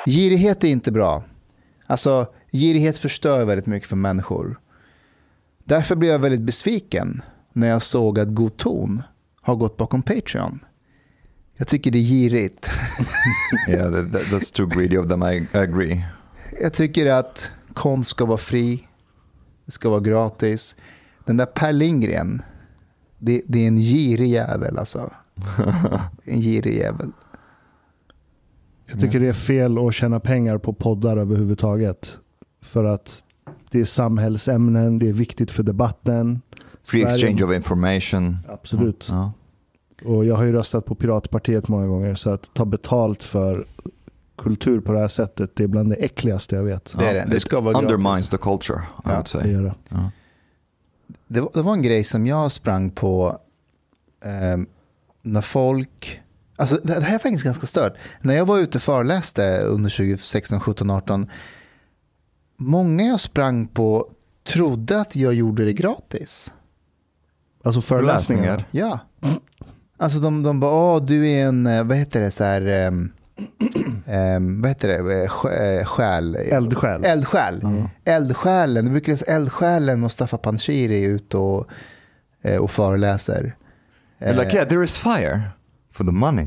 Girighet är inte bra. Alltså, girighet förstör väldigt mycket för människor. Därför blev jag väldigt besviken när jag såg att God Ton har gått bakom Patreon. Jag tycker det är girigt. Yeah, that's too greedy of them, I agree. Jag tycker att konst ska vara fri. Det ska vara gratis. Den där Per Lindgren, det är en girig jävel alltså. En girig jävel. Jag tycker det är fel att tjäna pengar på poddar överhuvudtaget. För att det är samhällsämnen, det är viktigt för debatten. Free exchange of information. Absolut. Och jag har ju röstat på Piratpartiet många gånger, så att ta betalt för kultur på det här sättet, det är bland det äckligaste jag vet. Det är det. Det ska vara gratis. Undermines the culture, I would say. Det gör det. Det var en grej som jag sprang på när folk... Alltså det här är faktiskt ganska stört. När jag var ute och föreläste under 2016, 17, 18, många jag sprang på trodde att jag gjorde det gratis. Alltså föreläsningar? Ja. Alltså de bara, du är en, vad heter det, så här... vad heter det? Själ. Eldsjäl. Eldsjälen. Det brukar säga eldsjälen Mustafa Panshiri ut och föreläser. Like, yeah, there is fire for the money.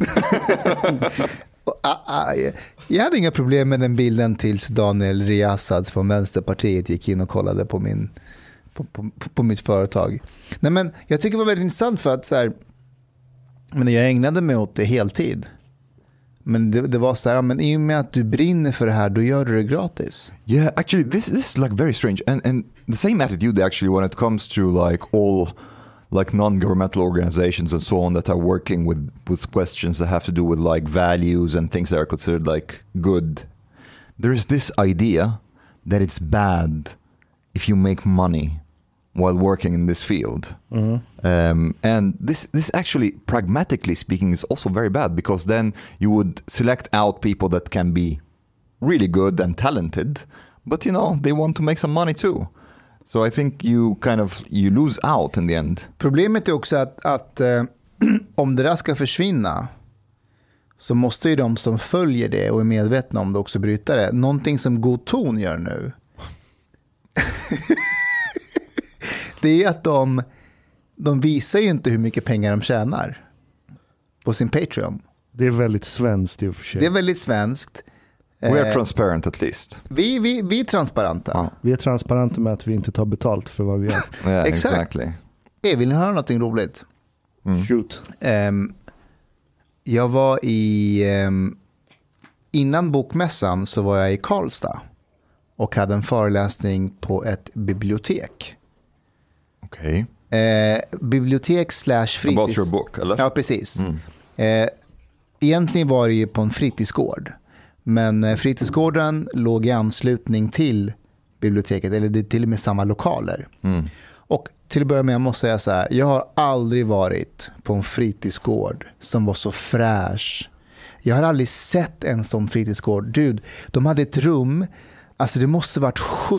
Jag hade inga problem med den bilden tills Daniel Riazad från Vänsterpartiet gick in och kollade på mitt företag. Nej, men jag tycker det var väldigt intressant för att så här, men jag ägnade mig åt det heltid. Men det var så här, men i och med att du brinner för det här, då gör du det gratis. Yeah, actually this is like very strange, and the same attitude actually when it comes to like all like non-governmental organizations and so on that are working with questions that have to do with like values and things that are considered like good. There is this idea that it's bad if you make money while working in this field. And this actually, pragmatically speaking, is also very bad, because then you would select out people that can be really good and talented, but you know, they want to make some money too. So I think you lose out in the end. Problemet är också att om det där ska försvinna, så måste ju de som följer det och är medvetna om det också bryta det. Någonting som God Ton gör nu det är att de visar ju inte hur mycket pengar de tjänar på sin Patreon. Det är väldigt svenskt i och för sig. Det är väldigt svenskt. We are transparent at least. Vi är transparenta. Ja. Vi är transparenta med att vi inte tar betalt för vad vi gör. Yeah, exactly. Vill ni höra någonting roligt? Shoot. Jag var innan bokmässan så var jag i Karlstad och hade en föreläsning på ett bibliotek. Okej. Bibliotek / fritids... About your book, eller? Ja, precis. Egentligen var det ju på en fritidsgård. Men fritidsgården låg i anslutning till biblioteket, eller det är till och med samma lokaler. Och till att börja med, jag måste säga så här, jag har aldrig varit på en fritidsgård som var så fräsch. Jag har aldrig sett en sån fritidsgård. Dude, de hade ett rum, alltså det måste varit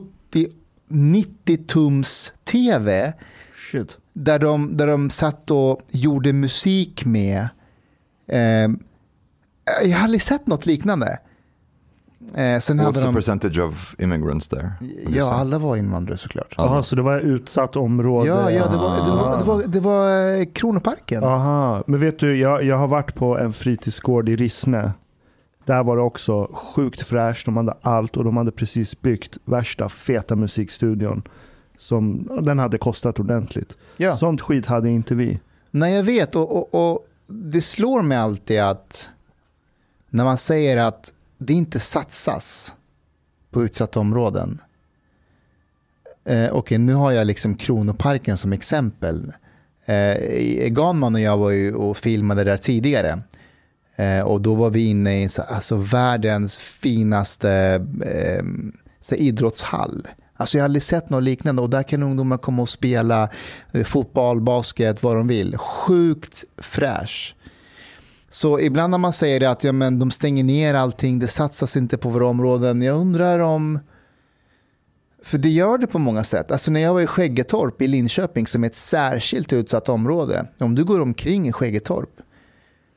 70-90 tums tv. Shit. Där de satt och gjorde musik med. Jag har aldrig sett något liknande. Sen What's the percentage of immigrants there? Ja, alla var invandrare såklart. Jaha, så det var ett utsatt område? Ja, det var Kronoparken. Aha, men vet du, jag har varit på en fritidsgård i Rissne. Där var det också sjukt fräscht. De hade allt och de hade precis byggt värsta feta musikstudion. Som den hade kostat ordentligt. Ja. Sånt skit hade inte vi. Nej, jag vet. Och det slår mig alltid att när man säger att det inte satsas på utsatta områden. Okej, nu har jag liksom Kronoparken som exempel. Ganman och jag var ju och filmade där tidigare. Och då var vi inne i alltså världens finaste idrottshall. Alltså jag har aldrig sett något liknande, och där kan ungdomar komma och spela fotboll, basket, vad de vill. Sjukt fräsch. Så ibland när man säger att men de stänger ner allting, det satsas inte på våra områden. Jag undrar om... För det gör det på många sätt. Alltså när jag var i Skäggetorp i Linköping, som är ett särskilt utsatt område. Om du går omkring i Skäggetorp,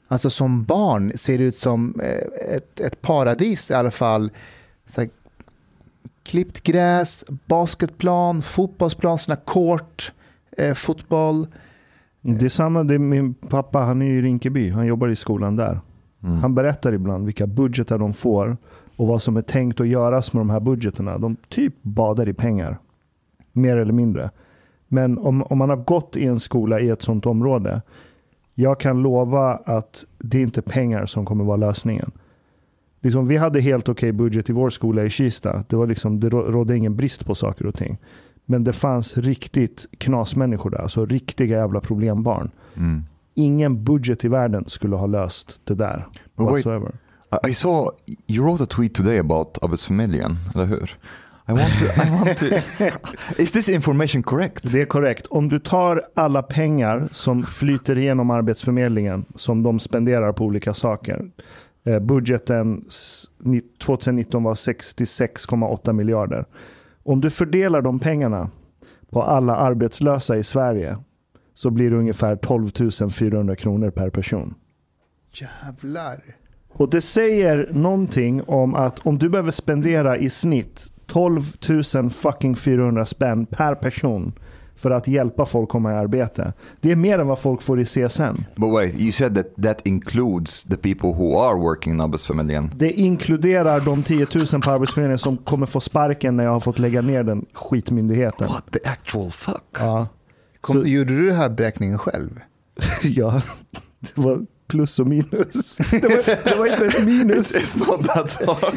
Alltså som barn ser det ut som ett paradis i alla fall. Så här, klippt gräs, basketplan, fotbollsplan, såna kort, fotboll. Det är samma, det är min pappa, han är i Rinkeby, han jobbar i skolan där. Han berättar ibland vilka budgetar de får och vad som är tänkt att göras med de här budgeterna. De typ badar i pengar, mer eller mindre. Men om man har gått i en skola i ett sånt område, jag kan lova att det är inte pengar som kommer vara lösningen. Liksom, vi hade helt okej budget i vår skola i Kista. Det rådde ingen brist på saker och ting. Men det fanns riktigt knasmänniskor där. Alltså riktiga jävla problembarn. Ingen budget i världen skulle ha löst det där. Whatsoever. I saw you wrote a tweet today about Arbetsförmedlingen, eller hur? I want to Is this information correct? Det är korrekt. Om du tar alla pengar som flyter igenom Arbetsförmedlingen, som de spenderar på olika saker. Budgeten 2019 var 66,8 miljarder. Om du fördelar de pengarna på alla arbetslösa i Sverige, så blir det ungefär 12 400 kronor per person. Jävlar. Och det säger någonting om att om du behöver spendera i snitt 12 400 spänn per person för att hjälpa folk komma i arbete. Det är mer än vad folk får i CSN. But wait, you said that includes the people who are working in Arbetsförmedlingen. Det inkluderar de 10 000 på Arbetsförmedlingen som kommer få sparken när jag har fått lägga ner den skitmyndigheten. What the actual fuck? Ja. Gjorde du det här beräkningen själv? Ja, det var plus och minus. Det var inte ens minus. It's not that hard.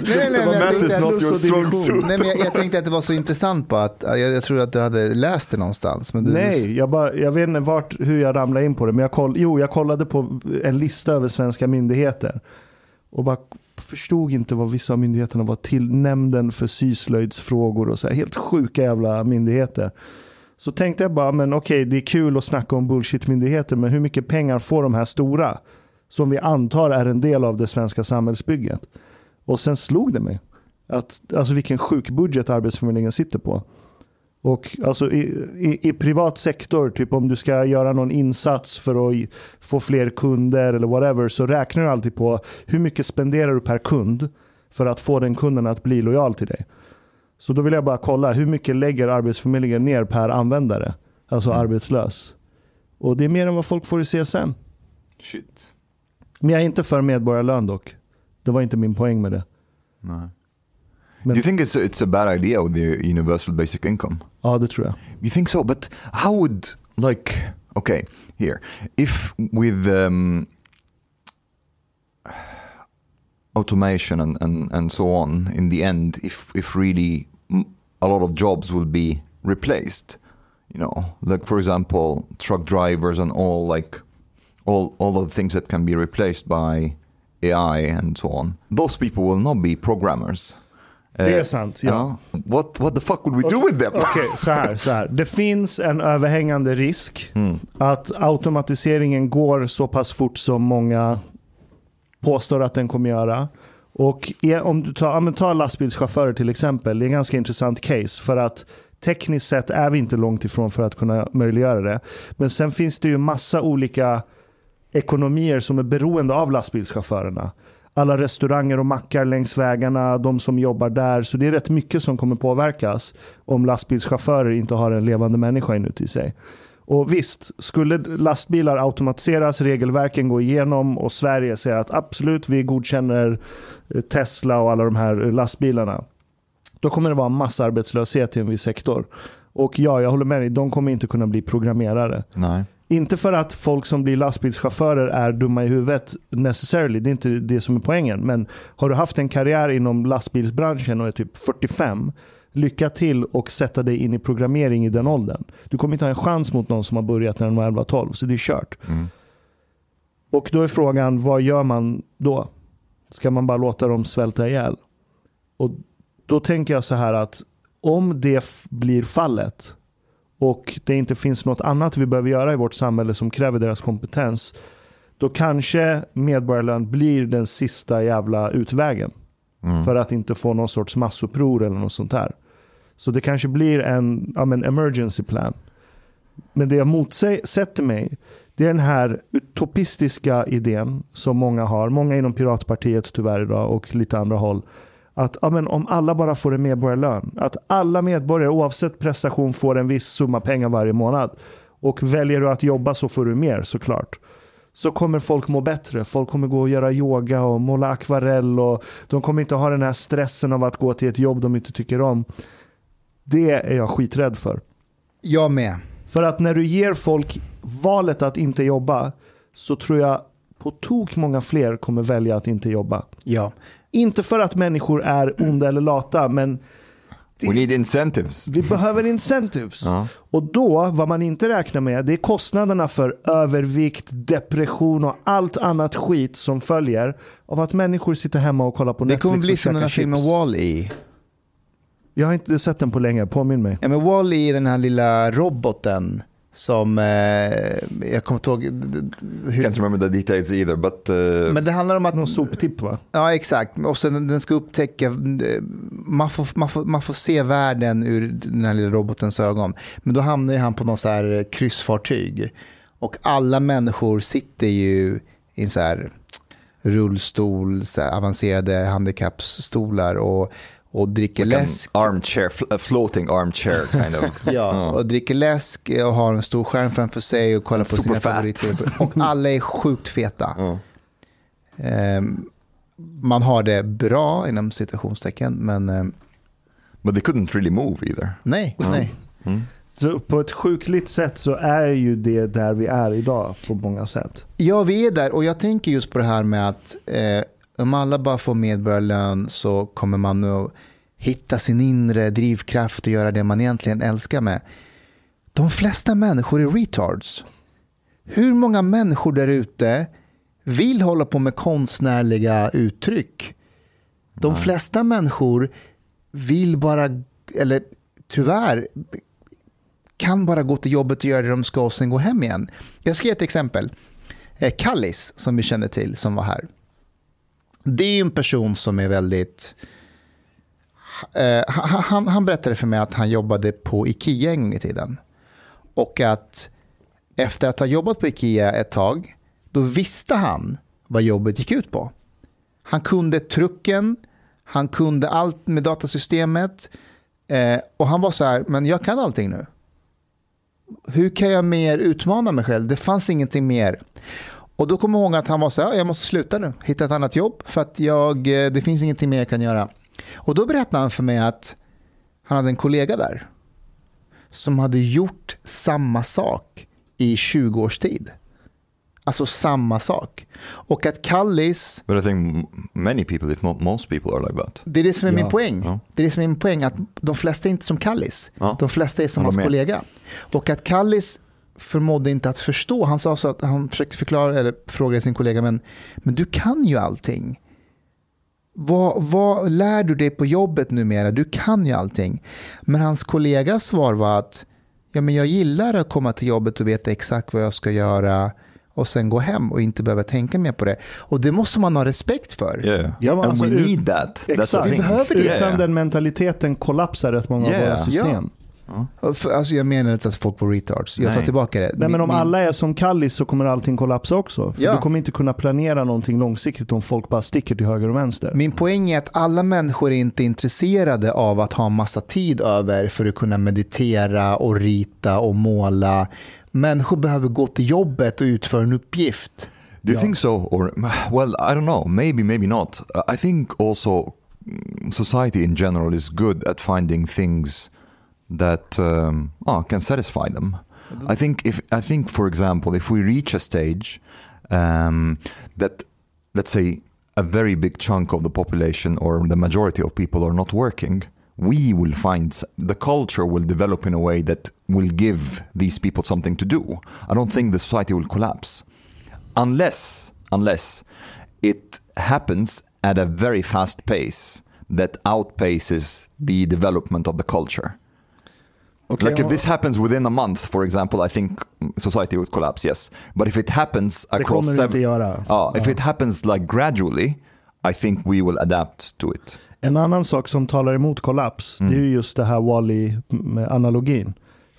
Nej, men jag tänkte att det var så intressant på att jag tror att du hade läst det någonstans. Men Nej, jag vet inte hur jag ramlade in på det. Men jag kollade på en lista över svenska myndigheter. Och bara förstod inte vad vissa av myndigheterna var till. Nämnden för syslöjdsfrågor och så här. Helt sjuka jävla myndigheter. Så tänkte jag bara, men okej, det är kul att snacka om bullshit-myndigheter, men hur mycket pengar får de här stora som vi antar är en del av det svenska samhällsbygget? Och sen slog det mig att alltså vilken sjuk budget Arbetsförmedlingen sitter på. Och alltså i privat sektor, typ om du ska göra någon insats för att få fler kunder eller whatever, så räknar du alltid på hur mycket spenderar du per kund för att få den kunden att bli lojal till dig. Så då vill jag bara kolla, hur mycket lägger Arbetsförmedlingen ner per användare? Alltså arbetslös. Och det är mer än vad folk får i CSN. Shit. Men jag är inte för medborgarlön dock. Det var inte min poäng med det. Nej. Do you think it's a bad idea with the universal basic income? Ja, det tror jag. You think so? But how would, like, okay, here. If with automation and so on, in the end, if really a lot of jobs will be replaced, you know, like for example, truck drivers and all of the things that can be replaced by AI and so on, those people will not be programmers. Det är sant, ja. What the fuck would we do with them? Okej, så här. Det finns en överhängande risk att automatiseringen går så pass fort som många påstår att den kommer göra. Och om du tar lastbilschaufförer till exempel, det är en ganska intressant case för att tekniskt sett är vi inte långt ifrån för att kunna möjliggöra det. Men sen finns det ju massa olika ekonomier som är beroende av lastbilschaufförerna. Alla restauranger och mackar längs vägarna, de som jobbar där. Så det är rätt mycket som kommer påverkas om lastbilschaufförer inte har en levande människa inuti sig. Och visst, skulle lastbilar automatiseras, regelverken gå igenom och Sverige säger att absolut vi godkänner Tesla och alla de här lastbilarna, då kommer det vara massa arbetslöshet i en viss sektor. Och ja, jag håller med dig, de kommer inte kunna bli programmerare. Nej. Inte för att folk som blir lastbilschaufförer är dumma i huvudet necessarily, det är inte det som är poängen. Men har du haft en karriär inom lastbilsbranschen och är typ 45, lycka till och sätta dig in i programmering i den åldern. Du kommer inte ha en chans mot någon som har börjat när de var 11-12, så det är kört. Och då är frågan, vad gör man då? Ska man bara låta dem svälta ihjäl? Och då tänker jag så här att om det blir fallet och det inte finns något annat vi behöver göra i vårt samhälle som kräver deras kompetens, då kanske medborgarlön blir den sista jävla utvägen för att inte få någon sorts massuppror eller något sånt där. Så det kanske blir en emergency plan. Men det jag motsätter mig, Det är den här utopistiska idén som många har. Många inom Piratpartiet tyvärr idag och lite andra håll. Att men om alla bara får en medborgarlön. Att alla medborgare oavsett prestation får en viss summa pengar varje månad. Och väljer du att jobba så får du mer såklart. Så kommer folk må bättre. Folk kommer gå och göra yoga och måla akvarell. Och de kommer inte ha den här stressen av att gå till ett jobb de inte tycker om. Det är jag skiträdd för. Jag med. För att när du ger folk valet att inte jobba så tror jag på tok många fler kommer välja att inte jobba. Ja. Inte för att människor är onda eller lata, men We need incentives. vi behöver incentives. Och då, vad man inte räknar med, det är kostnaderna för övervikt, depression och allt annat skit som följer av att människor sitter hemma och kollar på Netflix. Det kommer bli som den här chips. filmen Wall-E. Jag har inte sett den på länge, påminn mig. Ja, men Wall-E är den här lilla roboten som jag kommer inte ihåg hur... Can't remember the details either, but Men det handlar om att Någon soptipp va? Ja, exakt. Och sen den ska upptäcka man får se världen ur den här lilla robotens ögon. Men då hamnar han på någon så här kryssfartyg. Och alla människor sitter ju i en så här rullstol, så här avancerade handikappstolar och dricker like läsk. Armchair, a floating armchair kind of. Ja, och dricker läsk och har en stor skärm framför sig och kollar på sina favoriter. Och alla är sjukt feta. Man har det bra inom citationstecken, men... But they couldn't really move either. Nej. Så på ett sjukligt sätt så är ju det där vi är idag på många sätt. Ja, vi är där och jag tänker just på det här med att om alla bara får medborgarlön så kommer man nog hitta sin inre drivkraft och göra det man egentligen älskar med. De flesta människor är retards. Hur många människor där ute vill hålla på med konstnärliga uttryck? De flesta människor vill bara, eller tyvärr, kan bara gå till jobbet och göra det de ska och sen gå hem igen. Jag ska ge ett exempel. Kallis, som vi känner till, som var här. Det är en person som är väldigt... Han berättade för mig att han jobbade på Ikea en gång i tiden. Och att efter att ha jobbat på Ikea ett tag, då visste han vad jobbet gick ut på. Han kunde trucken, han kunde allt med datasystemet. Och han var så här, men jag kan allting nu. Hur kan jag mer utmana mig själv? Det fanns ingenting mer. Och då kommer jag ihåg att han var så här, jag måste sluta nu, hitta ett annat jobb för att det finns ingenting mer jag kan göra. Och då berättade han för mig att han hade en kollega där som hade gjort samma sak i 20 års tid. Alltså samma sak. Och att Kallis... But I think many people, if not most people, are like that. Det är det som är min poäng. Ja. Det är det som är min poäng, att de flesta är inte som Kallis. Ja. De flesta är som hans kollega. Och att Kallis förmådde inte att förstå. Han sa så att han försökte förklara eller fråga sin kollega, men du kan ju allting. Vad lär du dig på jobbet numera? Du kan ju allting. Men hans kollegas svar var att men jag gillar att komma till jobbet och veta exakt vad jag ska göra och sen gå hem och inte behöva tänka mer på det. Och det måste man ha respekt för. Yeah. Ja, men And alltså, we need that. Exakt. Vi behöver det. Utan den mentaliteten kollapsar rätt många av våra system. Alltså jag menar inte att folk på retards. Jag tar tillbaka det. Nej, men om alla är som Kallis så kommer allting kollapsa också. För du kommer inte kunna planera någonting långsiktigt om folk bara sticker till höger och vänster. Min poäng är att alla människor är inte intresserade av att ha massa tid över för att kunna meditera och rita och måla. Människor behöver gå till jobbet och utföra en uppgift. Do you think so? Or, well, I don't know. Maybe not. I think also society in general is good at finding things that can satisfy them. I think, for example, if we reach a stage that, let's say, a very big chunk of the population or the majority of people are not working, we will find the culture will develop in a way that will give these people something to do. I don't think the society will collapse unless it happens at a very fast pace that outpaces the development of the culture. Okay, like if this happens within a month, for example, I think society would collapse, yes. But if it happens across if it happens like gradually, I think we will adapt to it. En annan sak som talar emot kollaps, det är ju just det här Wall-E med analogin.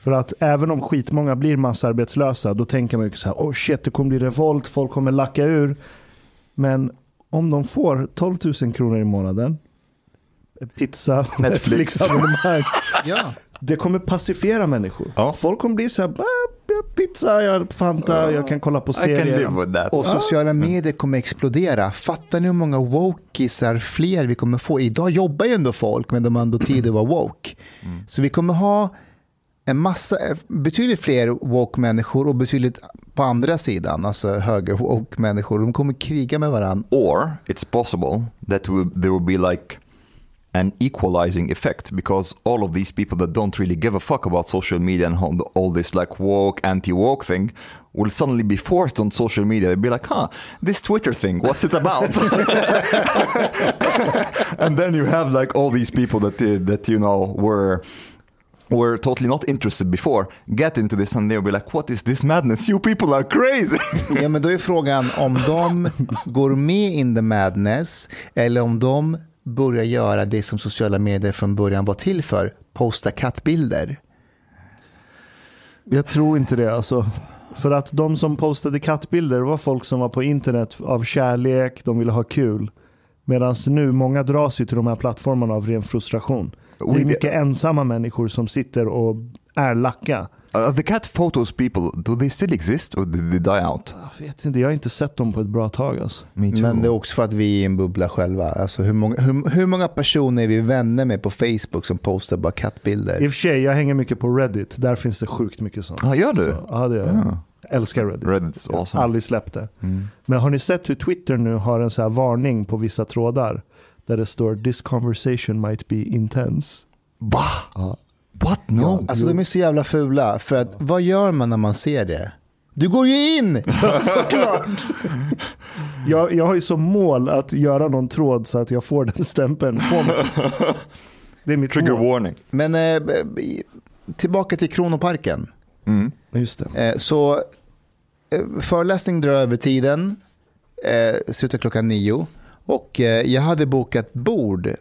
För att även om skitmånga blir massarbetslösa, då tänker man ju så här, oh shit, det kommer bli revolt, folk kommer lacka ur. Men om de får 12 000 kronor i månaden, pizza, Netflix-abonnemang, Ja. det kommer pacifiera människor. Ja. Folk kommer bli så här, pizza, jag Fanta, jag kan kolla på I can serier. live with that. Och sociala medier kommer explodera. Fattar ni hur många wokisar fler vi kommer få? Idag jobbar ju ändå folk, men de har ändå tid att vara woke. Så vi kommer ha en massa, betydligt fler woke-människor och betydligt på andra sidan, alltså höger woke-människor. De kommer kriga med varandra. Or it's possible that there will be like an equalizing effect, because all of these people that don't really give a fuck about social media and all this like woke, anti-woke thing will suddenly be forced on social media. They'll be like, this Twitter thing, what's it about? And then you have like all these people that you know were totally not interested before get into this, and they'll be like, what is this madness? You people are crazy. Ja, men då är frågan om de går med in the madness eller om de börjar göra det som sociala medier från början var till för, posta kattbilder. Jag tror inte det alltså. För att de som postade kattbilder var folk som var på internet av kärlek, de ville ha kul. Medan nu många dras ju till de här plattformarna av ren frustration. Det är mycket ensamma människor som sitter och är lacka. The cat photos people, do they still exist or did they die out? Jag vet inte, jag har inte sett dem på ett bra tag alltså. Men det är också för att vi är i en bubbla själva. Alltså hur många personer är vi vänner med på Facebook som postar bara kattbilder? I och för sig, jag hänger mycket på Reddit. Där finns det sjukt mycket sånt. Gör du? Så, ja, det gör jag. Älskar Reddit. Reddit's Jag awesome. har aldrig släppt det. Men har ni sett hur Twitter nu har en så här varning på vissa trådar där det står "This conversation might be intense"? Va? What? No. Alltså de är så jävla fula. För att, vad gör man när man ser det? Du går ju in! Såklart! Jag har ju som mål att göra någon tråd så att jag får den stämpeln på mig. Det är mitt Trigger mål. warning. Men tillbaka till Kronoparken. Just det. Så föreläsning drar över tiden. Slutar klockan 9. Och jag hade bokat bord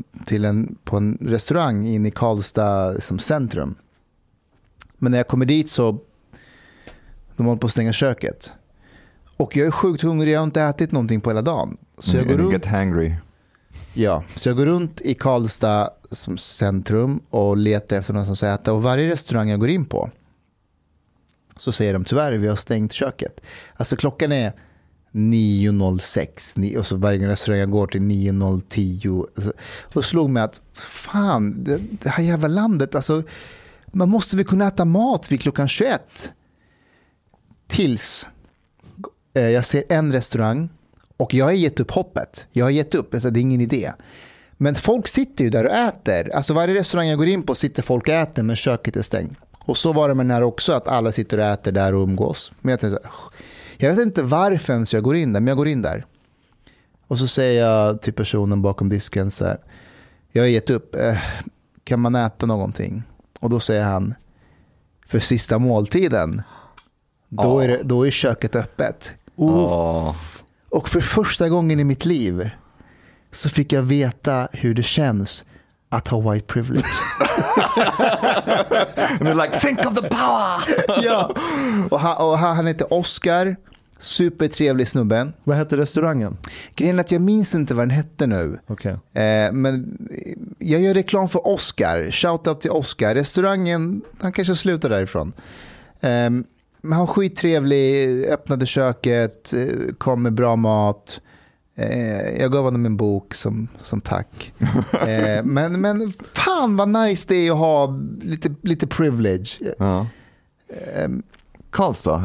på en restaurang inne i Karlstad som centrum. Men när jag kommer dit så de håller på att stänga köket. Och jag är sjukt hungrig, jag har inte ätit någonting på hela dagen. Så jag går runt. Get hangry. Ja, så jag går runt i Karlstad som centrum och letar efter någon som ska äta. Och varje restaurang jag går in på så säger de tyvärr vi har stängt köket. Alltså klockan är 9.06 och så varje restaurang jag går till 9.10. Alltså, och slog mig att fan, det här jävla landet, alltså man måste väl kunna äta mat vid klockan 21. Tills jag ser en restaurang och jag har gett upp hoppet. Jag har gett upp, alltså det är ingen idé. Men folk sitter ju där och äter. Alltså varje restaurang jag går in på sitter folk och äter men köket är stängt. Och så var det med den här också, att alla sitter och äter där och umgås. Men jag tänkte, jag vet inte varför ens jag går in där, men jag går in där. Och så säger jag till personen bakom disken så här, jag har gett upp, kan man äta någonting? Och då säger han, för sista måltiden, då är köket öppet. Och för första gången i mitt liv så fick jag veta hur det känns att ha white privilege. And you're like, think of the power! Ja. Och han heter Oscar. Supertrevlig snubben. Vad hette restaurangen? Grejen är att jag minns inte vad den hette nu. Okay. Men jag gör reklam för Oscar. Shoutout till Oscar. Restaurangen, han kanske slutar därifrån. Men han var skittrevlig, öppnade köket, kom med bra mat. Jag gav honom en bok som tack. Men fan vad nice det är att ha lite privilege. Karlstad.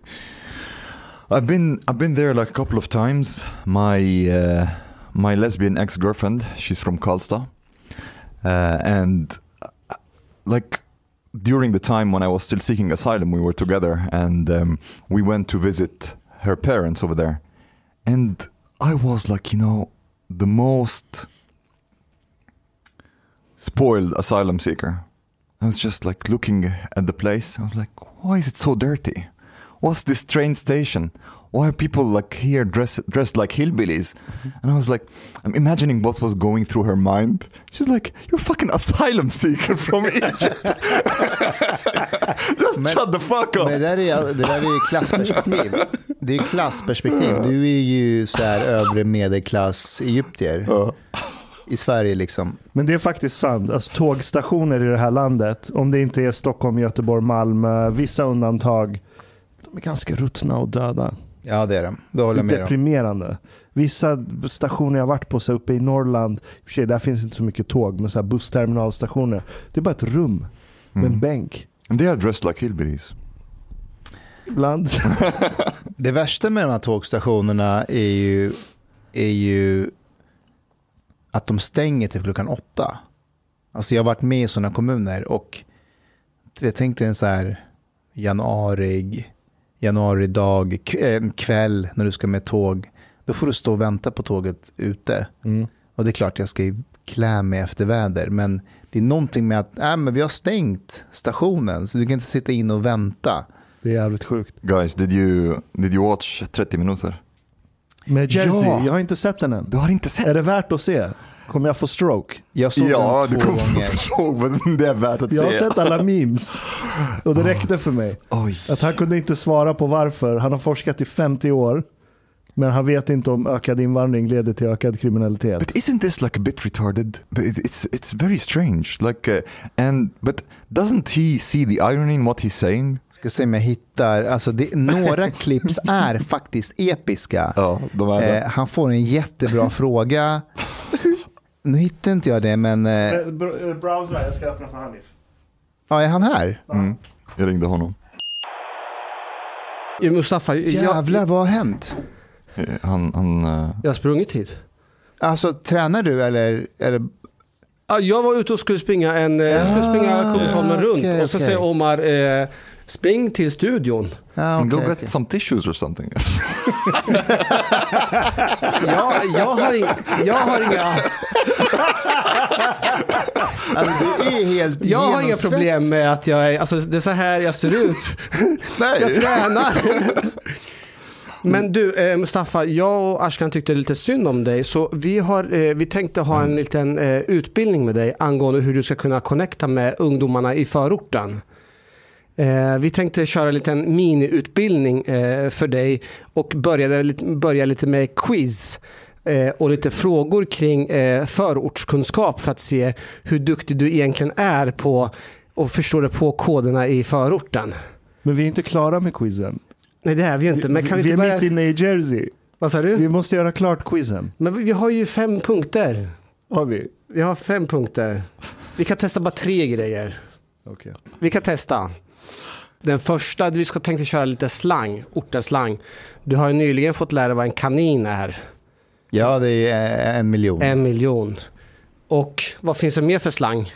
I've been there like a couple of times. My lesbian ex-girlfriend, she's from Karlstad, and like during the time when I was still seeking asylum, we were together, and we went to visit her parents over there, and I was like, the most spoiled asylum seeker. I was just like looking at the place. I was like, why is it so dirty? What's this train station? why are people like here dressed like hillbillies? And I was like, I'm imagining what was going through her mind. She's like, you're a fucking asylum seeker from Egypt. Just shut the fuck up. Men det där är klassperspektiv. Det är klassperspektiv. Du är ju så här övre medelklass egyptier. I Sverige liksom. Men det är faktiskt sant. Alltså, tågstationer i det här landet, om det inte är Stockholm, Göteborg, Malmö, vissa undantag, de är ganska ruttna och döda. Ja, det är de. Det håller jag med om. Deprimerande. Vissa stationer jag varit på så uppe i Norrland, i och för sig, där finns inte så mycket tåg, men så här bussterminalstationer, det är bara ett rum med en bänk. And they are dressed like hillbillies. Ibland. Det värsta med de här tågstationerna är ju att de stänger till klockan 8. Alltså jag har varit med i sådana kommuner och jag tänkte en så här januari dag, en kväll när du ska med tåg, då får du stå och vänta på tåget ute. Och det är klart jag ska klä mig efter väder, men det är någonting med att men vi har stängt stationen så du kan inte sitta in och vänta. Det är jävligt sjukt. Guys, did you watch 30 minuter? Med Jersey, Ja. jag har inte sett den än. Du har inte sett? Är det värt att se? Kommer jag få stroke? Jag såg den 2 gånger. Men det är värt att se. Jag har sett alla memes och det räckte för mig. Oj. Att han kunde inte svara på varför. Han har forskat i 50 år, men han vet inte om ökad invandring leder till ökad kriminalitet. But isn't this like a bit retarded? But it's very strange. Like, but doesn't he see the irony in what he's saying? Ska se om jag hittar, alltså några clips är faktiskt episka. Ja, de är det. Han får en jättebra fråga. Nu hittar inte jag det, men Browser, jag ska öppna för Hanif. ja, är han här? Jag ringde honom. Mustafa, Jävlar, vad har hänt? jag har sprungit hit. Alltså, tränar du eller? Ja, jag var ute och skulle springa Kungsholmen runt okej, och så okej. säger Omar spring till studion. Ja, And go okej, get okej. some tissues or something. Jag har inga Alltså, du är helt jag har inga genomsvett. problem med att jag är, alltså det är så här jag ser ut. Nej. Jag tränar. Men du Mustafa, jag och Ashkan tyckte lite synd om dig, så vi tänkte ha en liten utbildning med dig angående hur du ska kunna connecta med ungdomarna i förorten. Vi tänkte köra en liten miniutbildning för dig och börja lite med quiz och lite frågor kring förortskunskap för att se hur duktig du egentligen är på och förstår det på koderna i förorten. Men vi är inte klara med quizen. Nej, det är vi ju inte. Men kan vi vi inte är börja... mitt inne i Jersey. Vad sa du? Vi måste göra klart quizen. Men vi har ju 5 punkter. Har vi? Vi har 5 punkter. Vi kan testa bara 3 grejer. Okej. Vi kan testa. Den första, vi ska tänkte köra lite slang, ortenslang. Du har ju nyligen fått lära dig vad en kanin är. Ja, det är 1 miljon. 1 miljon. Och vad finns det mer för slang?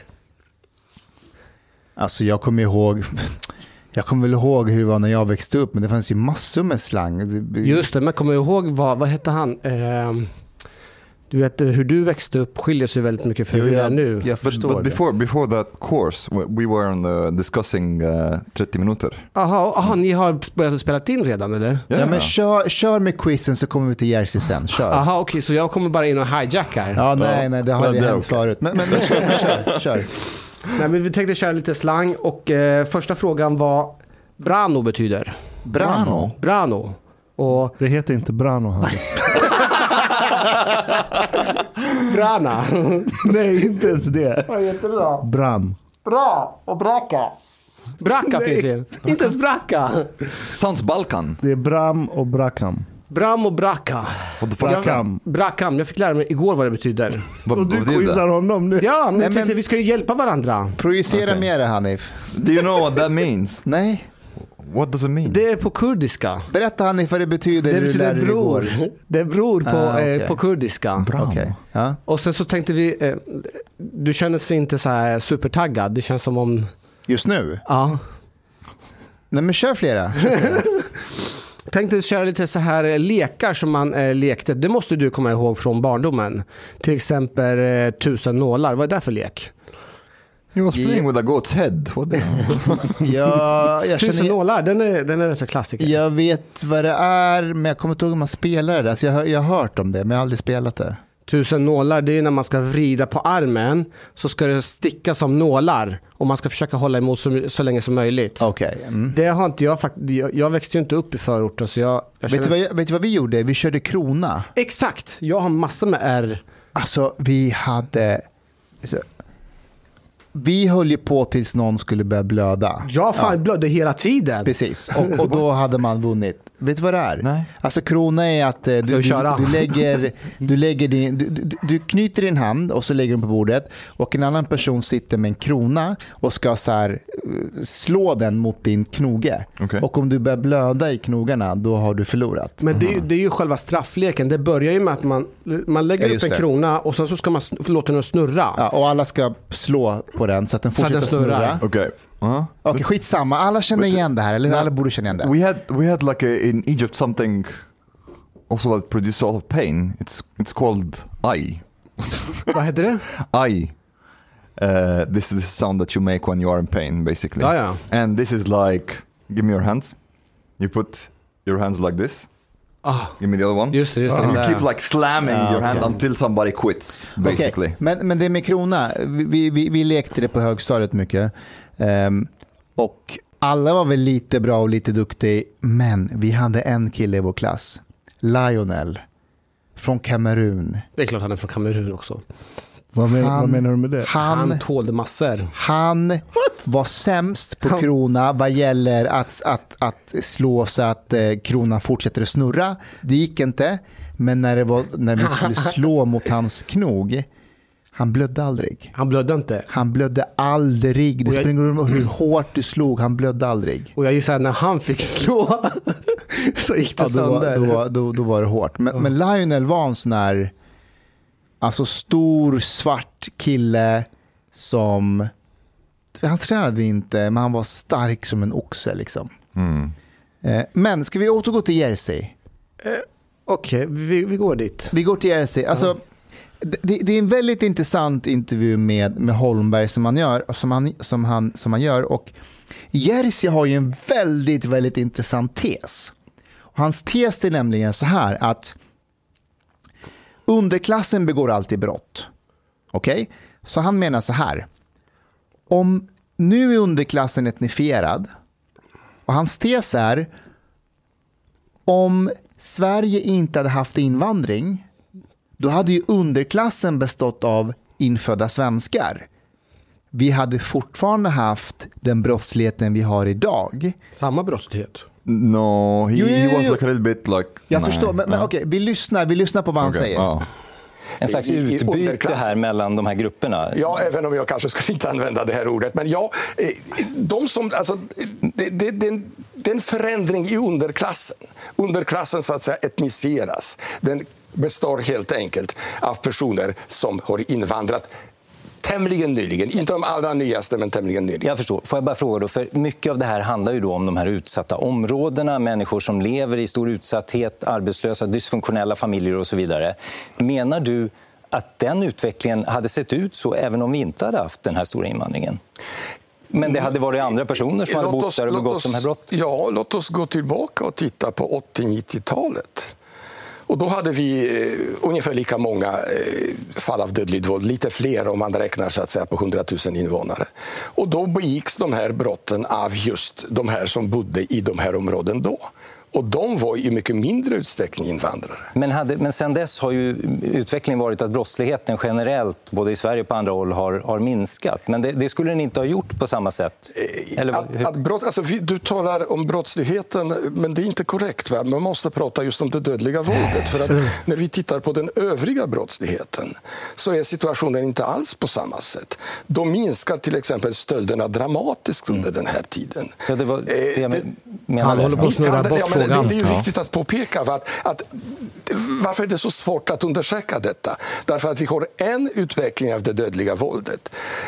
Alltså jag kommer väl ihåg hur det var när jag växte upp, men det fanns ju massor med slang. Just det, men kommer du ihåg vad hette han? Du vet hur du växte upp skiljer sig väldigt mycket för hur det är nu. Jag förstår But before that course, we were discussing 30 minuter. Aha, ni har börjat spela in redan eller? Ja, men kör med quizen så kommer vi till Jersey sen. Kör. Aha, okej, så jag kommer bara in och hijackar. Ja, nej, det har Men ju det är hänt okej. förut. Men kör. Nej, men vi tänkte köra lite slang och första frågan var brano betyder. Brano. Och Det heter inte Brano här. brana. Nej, inte ens det. Vad heter det då? Bram. Bra och bracka. Bracka finns ju. Inte ens bracka. Sounds Balkan. Det är Bram och Brakam. Bram och bracka. What the fuck is that? Brakam. Brakam, jag fick lära mig igår vad det betyder. Och du betyder quizar det? honom nu. Ja, men Nej, jag tänkte men- vi ska ju hjälpa varandra. Projicera Okej. med det, Hanif. Do you know what that means? Nej, What does it mean? Det är på kurdiska. berätta Hanif vad det betyder. Det du betyder lärde dig bror. igår. Det är bror Okej. på kurdiska. Okej. Ja. Och sen så tänkte vi, du känner sig inte så här supertaggad. Det känns som om, Just nu? ja. Nej, men kör flera. Tänkte köra lite så här lekar som man lekte. Det måste du komma ihåg från barndomen. Till exempel 1000 nålar. Vad är det för lek? He was playing with a goat's head. What the Jag 1000 känner, nålar, den är rätt så klassiker. jag vet vad det är, men jag kommer inte ihåg om man spelar det. Alltså jag har hört om det, men jag har aldrig spelat det. 1000 nålar, det är när man ska vrida på armen, så ska det sticka som nålar och man ska försöka hålla emot så länge som möjligt. Okej. Mm. Det har inte jag faktiskt. Jag växte ju inte upp i förorten, så jag Vet du vad vi gjorde? Vi körde krona. Exakt, jag har massor med R. Alltså vi höll ju på tills någon skulle börja blöda. Jag blödde hela tiden. Precis, och då hade man vunnit. Vet du vad det är? Nej. Alltså krona är att du knyter din hand och så lägger den på bordet, och en annan person sitter med en krona och ska så här slå den mot din knoge. Okay. Och om du börjar blöda i knogarna, då har du förlorat. Men det är ju själva straffleken. Det börjar ju med att man lägger upp en krona och sen så ska man låta den snurra. Ja, och alla ska slå på den så att den fortsätter snurra. Okay. Okej, skitsamma. Alla känner igen det här, eller alla borde känna igen det. We had like in Egypt something also that produces a lot of pain. It's called ai. Vad heter det? Ai. This is the sound that you make when you are in pain, basically. Ja. And this is like, give me your hands. You put your hands like this. Give me the other one. Just det. And you keep like slamming your hand until somebody quits, basically. Okay. Men det med krona, vi lekte det på högstadiet mycket. Och alla var väl lite bra och lite duktiga, men vi hade en kille i vår klass, Lionel, från Kamerun. Det är klart han är från Kamerun också. Vad menar du med det? Han tålde massor. Han var sämst på krona vad gäller att slå så att kronan fortsätter att snurra. Det gick inte, men när vi skulle slå mot hans knog, han blödde aldrig. Han blödde inte? Han blödde aldrig. Det spelar ingen roll hur hårt du slog, han blödde aldrig. Och jag gissar när han fick slå så gick det sönder. Då var det hårt. Men Lionel var en sån här, alltså stor svart kille som, han tränade inte, men han var stark som en oxe liksom. Men ska vi återgå till Jersey? Okej, vi går dit. Vi går till Jersey. Alltså, det är en väldigt intressant intervju med Holmberg som han gör, och Jersey har ju en väldigt, väldigt intressant tes. Och hans tes är nämligen så här att underklassen begår alltid brott. Okej? Så han menar så här: om nu är underklassen etnifierad, och hans tes är, om Sverige inte hade haft invandring, då hade ju underklassen bestått av infödda svenskar. Vi hade fortfarande haft den brottsligheten vi har idag. Samma brottslighet? No, he was like a little bit like... Jag förstår, men okej, vi lyssnar på vad han säger. En slags utbyte här mellan de här grupperna. Ja, även om jag kanske skulle inte använda det här ordet. Men ja, den förändring i underklassen. Underklassen så att säga etniseras. Den består helt enkelt av personer som har invandrat tämligen nyligen. Inte de allra nyaste, men tämligen nyligen. Jag förstår. Får jag bara fråga då, för mycket av det här handlar ju då om de här utsatta områdena, människor som lever i stor utsatthet, arbetslösa, dysfunktionella familjer och så vidare. Menar du att den utvecklingen hade sett ut så även om vi inte hade haft den här stora invandringen? Men det hade varit andra personer som hade bott där och begått de här brotten? Ja, låt oss gå tillbaka och titta på 80-90-talet. Och då hade vi ungefär lika många fall av dödligt våld, lite fler om man räknar så att säga på 100 000 invånare. Och då begicks de här brotten av just de här som bodde i de här områden då. Och de var i mycket mindre utsträckning invandrare. Men sen dess har ju utvecklingen varit att brottsligheten generellt, både i Sverige och på andra håll, har minskat. Men det skulle den inte ha gjort på samma sätt? Eller, du talar om brottsligheten, men det är inte korrekt. Va? Man måste prata just om det dödliga våldet. För att när vi tittar på den övriga brottsligheten så är situationen inte alls på samma sätt. Då minskar till exempel stölderna dramatiskt under den här tiden. Ja, det var det jag menade. Han håller på att snurra bort. Det är ju viktigt att påpeka att varför är det så svårt att undersöka detta? Därför att vi har en utveckling av det dödliga våldet.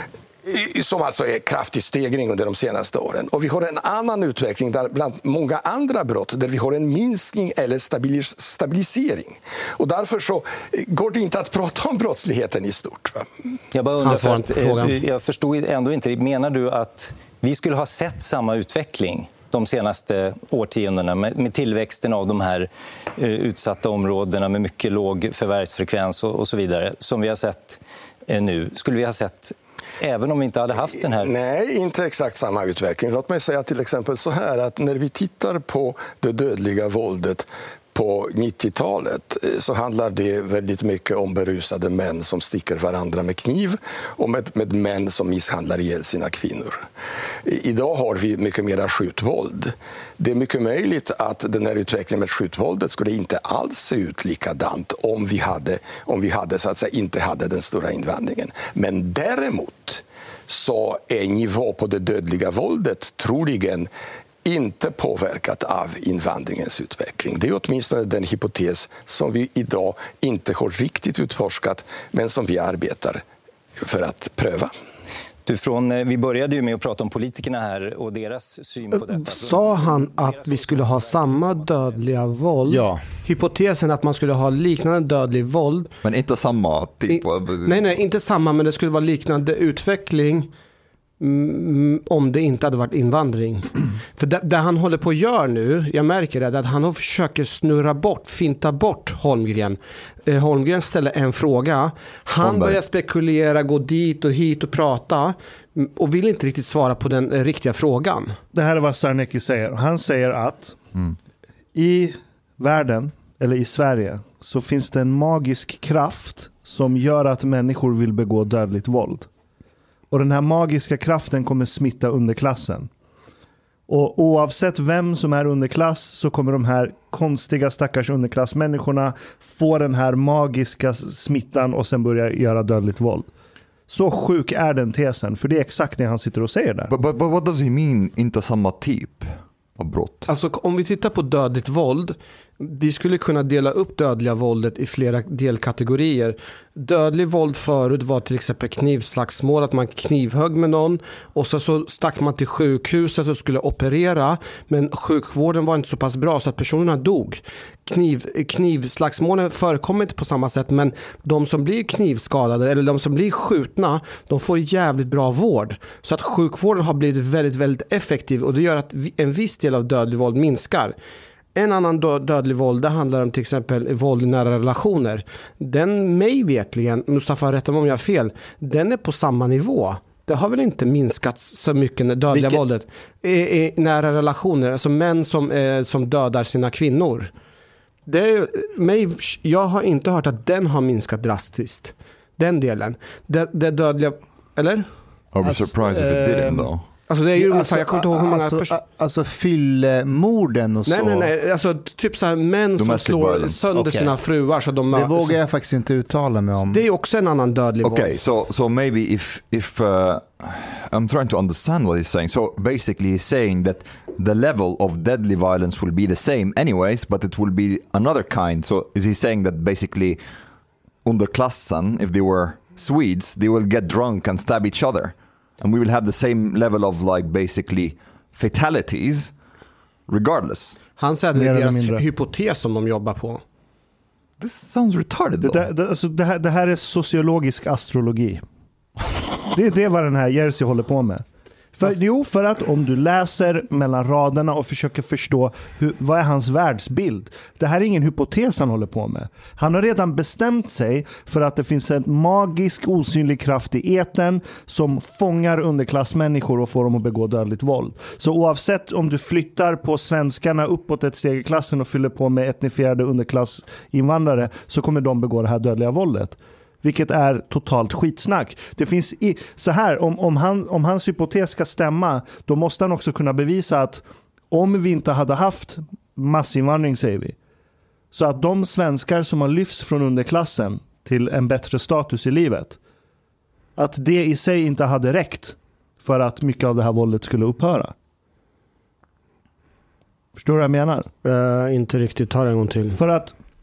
som alltså är kraftig stegring under de senaste åren. Och vi har en annan utveckling där bland många andra brott där vi har en minskning eller stabilisering. Och därför så går det inte att prata om brottsligheten i stort. Va? Jag bara undrar, för att, jag förstod ändå inte, menar du att vi skulle ha sett samma utveckling de senaste årtiondena med tillväxten av de här utsatta områdena med mycket låg förvärvsfrekvens och så vidare som vi har sett nu? Skulle vi ha sett även om vi inte hade haft den här? Nej, inte exakt samma utveckling. Låt mig säga till exempel så här att när vi tittar på det dödliga våldet på 90-talet så handlar det väldigt mycket om berusade män som sticker varandra med kniv och med män som misshandlar ihjäl sina kvinnor. Idag har vi mycket mer skjutvåld. Det är mycket möjligt att den här utvecklingen med skjutvåldet skulle inte alls se ut likadant om vi hade så att säga inte hade den stora invandringen. Men däremot så är nivå på det dödliga våldet troligen inte påverkat av invandringens utveckling. Det är åtminstone den hypotes som vi idag inte har riktigt utforskat men som vi arbetar för att pröva. Vi började ju med att prata om politikerna här och deras syn på detta. Sa han att vi skulle ha samma dödliga våld? Ja. Hypotesen att man skulle ha liknande dödlig våld. Men inte samma typ av... Nej, inte samma, men det skulle vara liknande utveckling om det inte hade varit invandring. För det han håller på att göra nu, jag märker det, att han försöker finta bort Holmgren. Holmgren ställer en fråga. Han börjar spekulera, gå dit och hit och prata och vill inte riktigt svara på den riktiga frågan. Det här är vad Sarnecki säger. Han säger att i världen, eller i Sverige, så finns det en magisk kraft som gör att människor vill begå dödligt våld. Och den här magiska kraften kommer smitta underklassen. Och oavsett vem som är underklass så kommer de här konstiga stackars underklassmänniskorna få den här magiska smittan och sen börja göra dödligt våld. Så sjuk är den tesen, för det är exakt det han sitter och säger där. But what does he mean, inte samma typ av brott? Alltså om vi tittar på dödligt våld, vi skulle kunna dela upp dödliga våldet i flera delkategorier. Dödlig våld förut var till exempel knivslagsmål, att man knivhögg med någon och så stack man till sjukhuset och skulle operera, men sjukvården var inte så pass bra så att personerna dog. Knivslagsmålen förekommer inte på samma sätt, men de som blir knivskadade eller de som blir skjutna, de får jävligt bra vård. Så att sjukvården har blivit väldigt, väldigt effektiv och det gör att en viss del av dödlig våld minskar. En annan dödlig våld, det handlar om till exempel våld i nära relationer. Den mig vetligen, Mustafa rätta mig om jag har fel, den är på samma nivå. Det har väl inte minskat så mycket det dödliga våldet i nära relationer, alltså män som dödar sina kvinnor. Jag har inte hört att den har minskat drastiskt. Den delen. Det dödliga, eller? Are we surprised if it didn't though? Alltså det är ju ungefär, jag kommer inte ihåg hur många alltså fyllmorden och så. Nej, alltså typ så här män som slår sönder sina fruar så de... Det vågar jag faktiskt inte uttala mig om. Det är också en annan dödlig våld. Okay, so maybe if I'm trying to understand what he's saying. So basically he's saying that the level of deadly violence will be the same anyways, but it will be another kind. So is he saying that basically underklassen, if they were Swedes, they will get drunk and stab each other? And we will have the same level of like basically fatalities regardless. Han säger att det är deras hypotes som de jobbar på. This sounds retarded though. Det här är sociologisk astrologi. Det är vad den här Jerzy håller på med. För att om du läser mellan raderna och försöker förstå vad är hans världsbild. Det här är ingen hypotes han håller på med. Han har redan bestämt sig för att det finns en magisk osynlig kraft i etern som fångar underklassmänniskor och får dem att begå dödligt våld. Så oavsett om du flyttar på svenskarna uppåt ett steg i klassen och fyller på med etnifierade underklassinvandrare så kommer de begå det här dödliga våldet. Vilket är totalt skitsnack. Det finns så här, om hans hypotes ska stämma, då måste han också kunna bevisa att om vi inte hade haft massinvandring, säger vi, så att de svenskar som har lyfts från underklassen till en bättre status i livet, att det i sig inte hade räckt för att mycket av det här våldet skulle upphöra. Förstår du vad jag menar? Inte riktigt, ta det en gång till. För att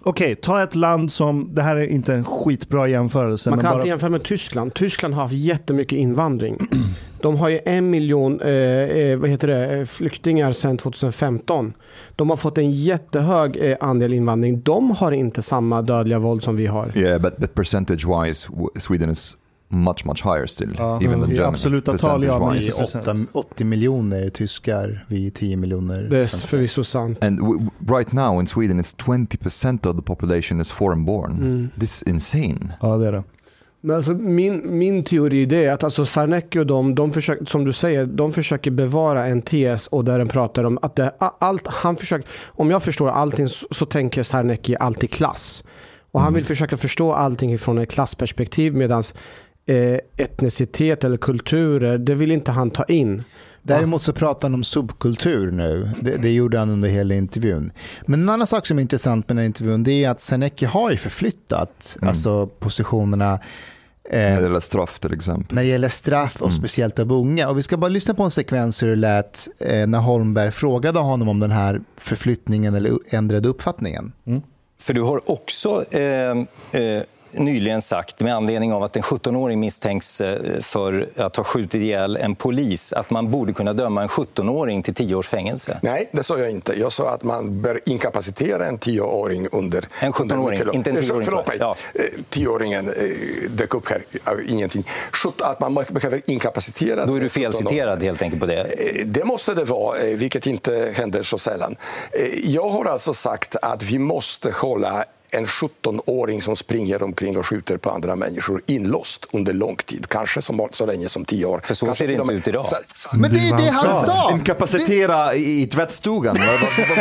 Okej, ta ett land som, det här är inte en skitbra jämförelse. Man men kan bara alltid jämföra med Tyskland. Tyskland har haft jättemycket invandring. De har ju 1 miljon flyktingar sedan 2015. De har fått en jättehög andel invandring. De har inte samma dödliga våld som vi har. Yeah, but percentage-wise, Sweden is much higher still, even than Germany. Absoluta tal, ja, Vi är 80 miljoner tyskar, vi är 10 miljoner. Det är förvisso sant. And right now in Sweden, it's 20% of the population is foreign born. This is insane. Ja, det är det. Men alltså min teori är att alltså Sarnecki och de försöker, som du säger, de försöker bevara en tes och där den pratar om att han försöker, om jag förstår allting så tänker Sarnecki alltid klass. Och han vill försöka förstå allting från ett klassperspektiv, medan etnicitet eller kulturer, det vill inte han ta in. Däremot så pratar han om subkultur nu. Det gjorde han under hela intervjun. Men en annan sak som är intressant med den här intervjun, det är att Sarnecki har ju förflyttat alltså positionerna När det gäller straff till exempel. När det gäller straff och speciellt av unga. Och vi ska bara lyssna på en sekvens hur det lät när Holmberg frågade honom om den här förflyttningen eller ändrade uppfattningen. För du har också nyligen sagt, med anledning av att en 17-åring misstänks för att ha skjutit ihjäl en polis, att man borde kunna döma en 17-åring till 10 års fängelse. Nej, det sa jag inte. Jag sa att man bör inkapacitera en 10-åring under... En 17-åring, inte en 10-åring. Förlåt mig, ja. 10-åringen dök upp här av ingenting. Att man behöver inkapacitera... Då är du felciterad helt enkelt på det. Det måste det vara, vilket inte händer så sällan. Jag har alltså sagt att vi måste hålla en 17-åring som springer omkring och skjuter på andra människor inlåst under lång tid. Kanske så länge som 10 år. För så kanske ser det inte ut idag. Men det är det han sa! Inkapacitera i tvättstugan. Jag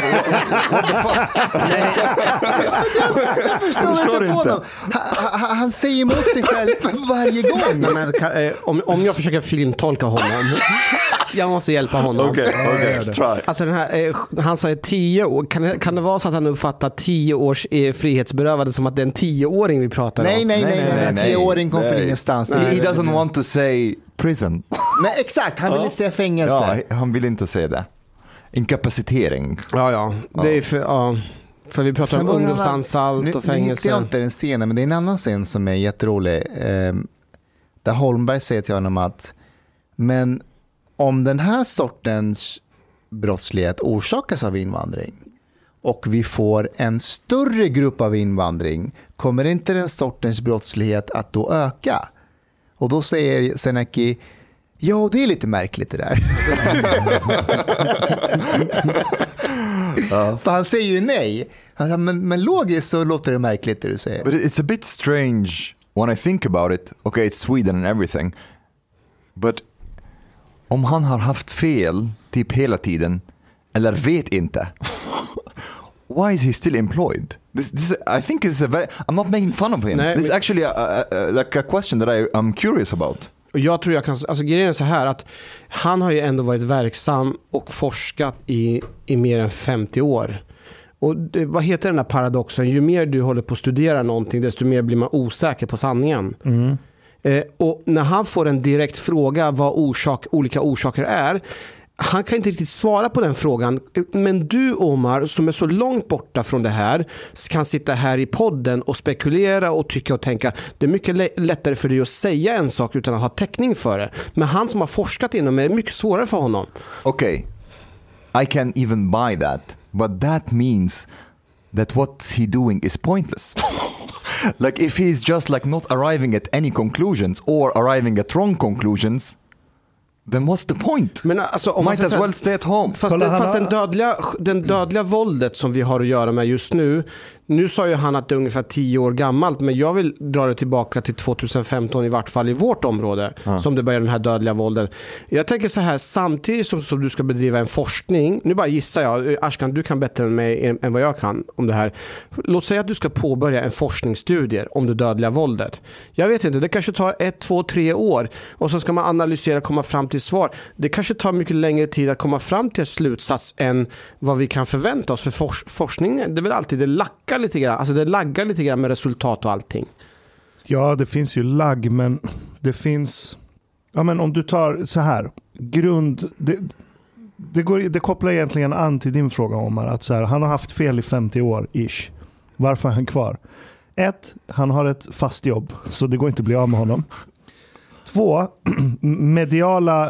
förstår inte på honom. Han säger emot sig själv varje gång. Men, om jag försöker filmtolka honom, jag måste hjälpa honom. Okej, try. Alltså den här, han sa 10 år. Kan det vara så att han uppfattar 10 års frihetsberövade som att det är en 10-åring vi pratar om? Nej. 10-åring kom för ingenstans. He doesn't want to say prison. Nej, exakt. Han vill inte säga fängelse. Ja, han vill inte säga det. Inkapacitering. Ja. Det är för vi pratar om ungdomsanstalt och fängelse. Nu inte den scenen, men det är en annan scen som är jätterolig. Där Holmberg säger till honom att men om den här sortens brottslighet orsakas av invandring och vi får en större grupp av invandring, kommer inte den sortens brottslighet att då öka? Och då säger Sarnecki, ja, det är lite märkligt det där. För han säger ju nej. Han säger, men logiskt så låter det märkligt det du säger. But it's a bit strange when I think about it. Okay, it's Sweden and everything. But om han har haft fel typ hela tiden eller vet inte, why is he still employed? This I think is a very, I'm not making fun of him. Nej, this is actually like a question that I'm curious about. Och jag tror alltså grejen är så här att han har ju ändå varit verksam och forskat i mer än 50 år. Och vad heter den där paradoxen? Ju mer du håller på att studera någonting, desto mer blir man osäker på sanningen. Och när han får en direkt fråga vad olika orsaker är, han kan inte riktigt svara på den frågan. Men du, Omar, som är så långt borta från det här, kan sitta här i podden och spekulera och tycka och tänka. Det är mycket lättare för dig att säga en sak utan att ha täckning för det. Men han som har forskat inom det är mycket svårare för honom. Okay, I can even buy that. But that means that what he doing is pointless. Like if he's just like not arriving at any conclusions or arriving at wrong conclusions, then what's the point? Men alltså, om might as well stay at home. Fast den dödliga våldet som vi har att göra med just nu sa ju han att det är ungefär 10 år gammalt, men jag vill dra det tillbaka till 2015 i vart fall i vårt område som det börjar den här dödliga våldet. Jag tänker så här, samtidigt som du ska bedriva en forskning, nu bara gissar jag, Ashkan, du kan bättre än mig än vad jag kan om det här. Låt säga att du ska påbörja en forskningsstudie om det dödliga våldet. Jag vet inte, det kanske tar 1, 2, 3 år och så ska man analysera och komma fram till svar. Det kanske tar mycket längre tid att komma fram till en slutsats än vad vi kan förvänta oss, för forskningen, det är väl alltid det laggar lite grann med resultat och allting. Ja, det finns ju lagg, men det finns, ja, men om du tar så här det kopplar egentligen an till din fråga, Omar, att så här, han har haft fel i 50 år ish. Varför är han kvar? 1, han har ett fast jobb, så det går inte att bli av med honom. 2, mediala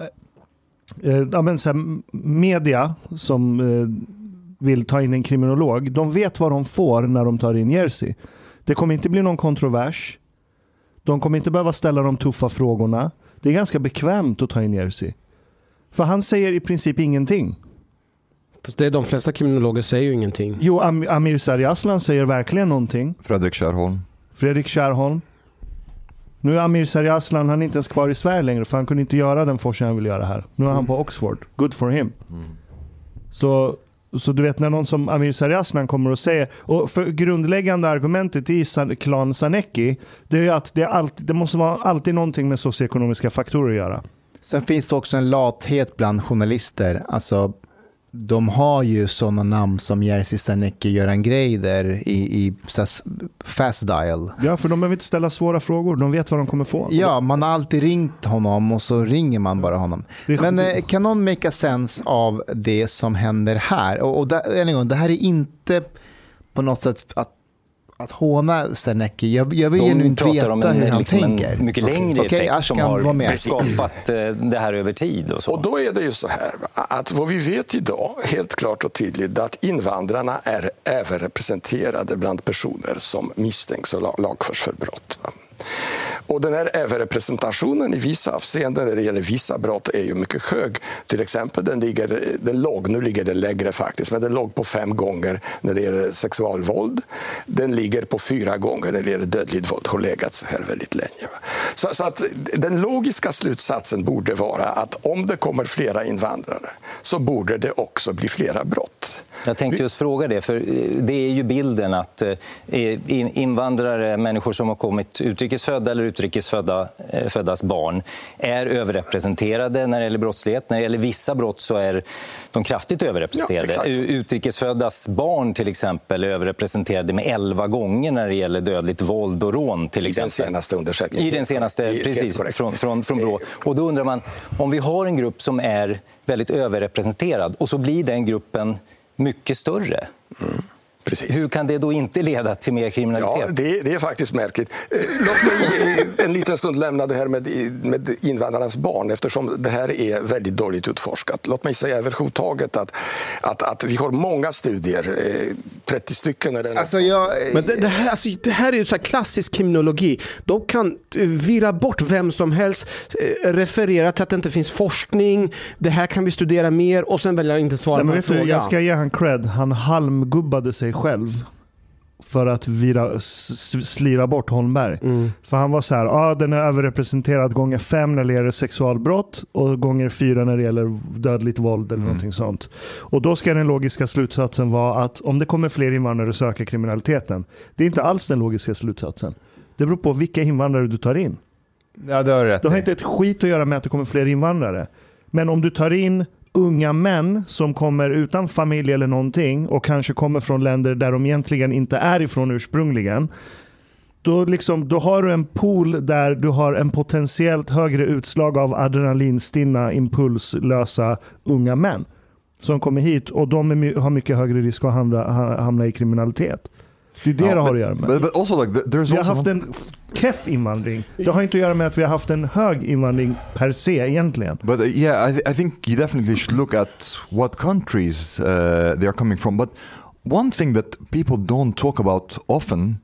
media som vill ta in en kriminolog, de vet vad de får när de tar in Jerzy. Det kommer inte bli någon kontrovers. De kommer inte behöva ställa de tuffa frågorna. Det är ganska bekvämt att ta in Jerzy. För han säger i princip ingenting. Det är de flesta kriminologer säger ju ingenting. Jo, Amir Sarjaslan säger verkligen någonting. Fredrik Kärrholm. Nu är Amir Sarjaslan, han är inte ens kvar i Sverige längre, för han kunde inte göra den forskning han vill göra här. Nu är han på Oxford. Good for him. Så du vet, när någon som Amir Sarjaslan kommer och säger, och för grundläggande argumentet i klan Zanecki, det är ju att det måste vara alltid någonting med socioekonomiska faktorer att göra. Sen finns det också en lathet bland journalister. Alltså, de har ju sådana namn som Jerzy Sarnecki, Göran Greider i fast dial. Ja, för de behöver inte ställa svåra frågor. De vet vad de kommer få. Ja, man har alltid ringt honom och så ringer man bara honom. Men kan någon make a sense av det som händer här? Och det här är inte på något sätt att håna Sarnecki. Jag vill ju nu inte veta hur han tänker. En mycket längre effekt som har skapat det här över tid. Och då är det ju så här att vad vi vet idag helt klart och tydligt är att invandrarna är överrepresenterade bland personer som misstänks och lagförs för brott. Och den här överrepresentationen i vissa avseenden när det gäller vissa brott är ju mycket hög. Till exempel nu ligger den lägre faktiskt, men den låg på 5 gånger när det gäller sexualvåld. Den ligger på 4 gånger när det gäller dödligt våld, har legat så här väldigt länge. Så att den logiska slutsatsen borde vara att om det kommer flera invandrare så borde det också bli flera brott. Jag tänkte just fråga det, för det är ju bilden att invandrare, människor som har kommit utrikesfödda eller utrikesföddas barn är överrepresenterade när det gäller brottslighet. När det gäller vissa brott så är de kraftigt överrepresenterade. Ja, utrikesföddas barn till exempel är överrepresenterade med 11 gånger när det gäller dödligt våld och rån till exempel. I den senaste undersökningen. I den senaste, precis, från Brå. Och då undrar man, om vi har en grupp som är väldigt överrepresenterad och så blir den gruppen mycket större. Precis. Hur kan det då inte leda till mer kriminalitet? Ja, det är faktiskt märkligt. Låt mig en liten stund lämna det här med invandrarnas barn, eftersom det här är väldigt dåligt utforskat. Låt mig säga överhuvudtaget att vi har många studier, 30 stycken. Men det här är ju så här klassisk kriminologi. De kan vira bort vem som helst, referera till att det inte finns forskning. Det här kan vi studera mer och sen välja inte svara på en fråga. Jag ska ge han cred. Han halmgubbade sig själv för att slira bort Holmberg. För han var så här, den är överrepresenterad gånger 5 när det gäller sexualbrott och gånger 4 när det gäller dödligt våld eller någonting sånt. Och då ska den logiska slutsatsen vara att om det kommer fler invandrare så ökar kriminaliteten. Det är inte alls den logiska slutsatsen. Det beror på vilka invandrare du tar in. Ja, det har rätt. Det har inte ett skit att göra med att det kommer fler invandrare. Men om du tar in unga män som kommer utan familj eller någonting och kanske kommer från länder där de egentligen inte är ifrån ursprungligen, då har du en pool där du har en potentiellt högre utslag av adrenalinstinna, impulslösa unga män som kommer hit, och de har mycket högre risk att hamna i kriminalitet. Det är det har att göra med. But also like vi har haft en keff invandring. Det har inte att göra med att vi har haft en hög invandring per se egentligen. But I think you definitely should look at what countries they are coming from. But one thing that people don't talk about often,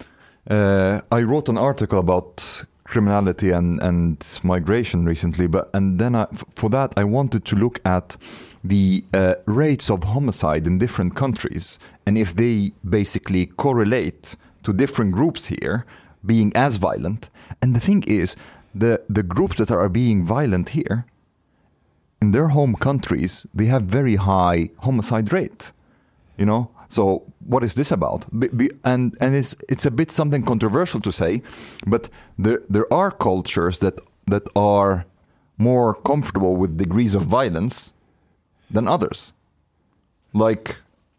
I wrote an article about criminality and migration recently, and then for that I wanted to look at the rates of homicide in different countries, and if they basically correlate to different groups here being as violent. And the thing is, the groups that are being violent here, in their home countries, they have very high homicide rate, you know? So what is this about? And it's a bit something controversial to say, but there are cultures that are more comfortable with degrees of violence than others. Like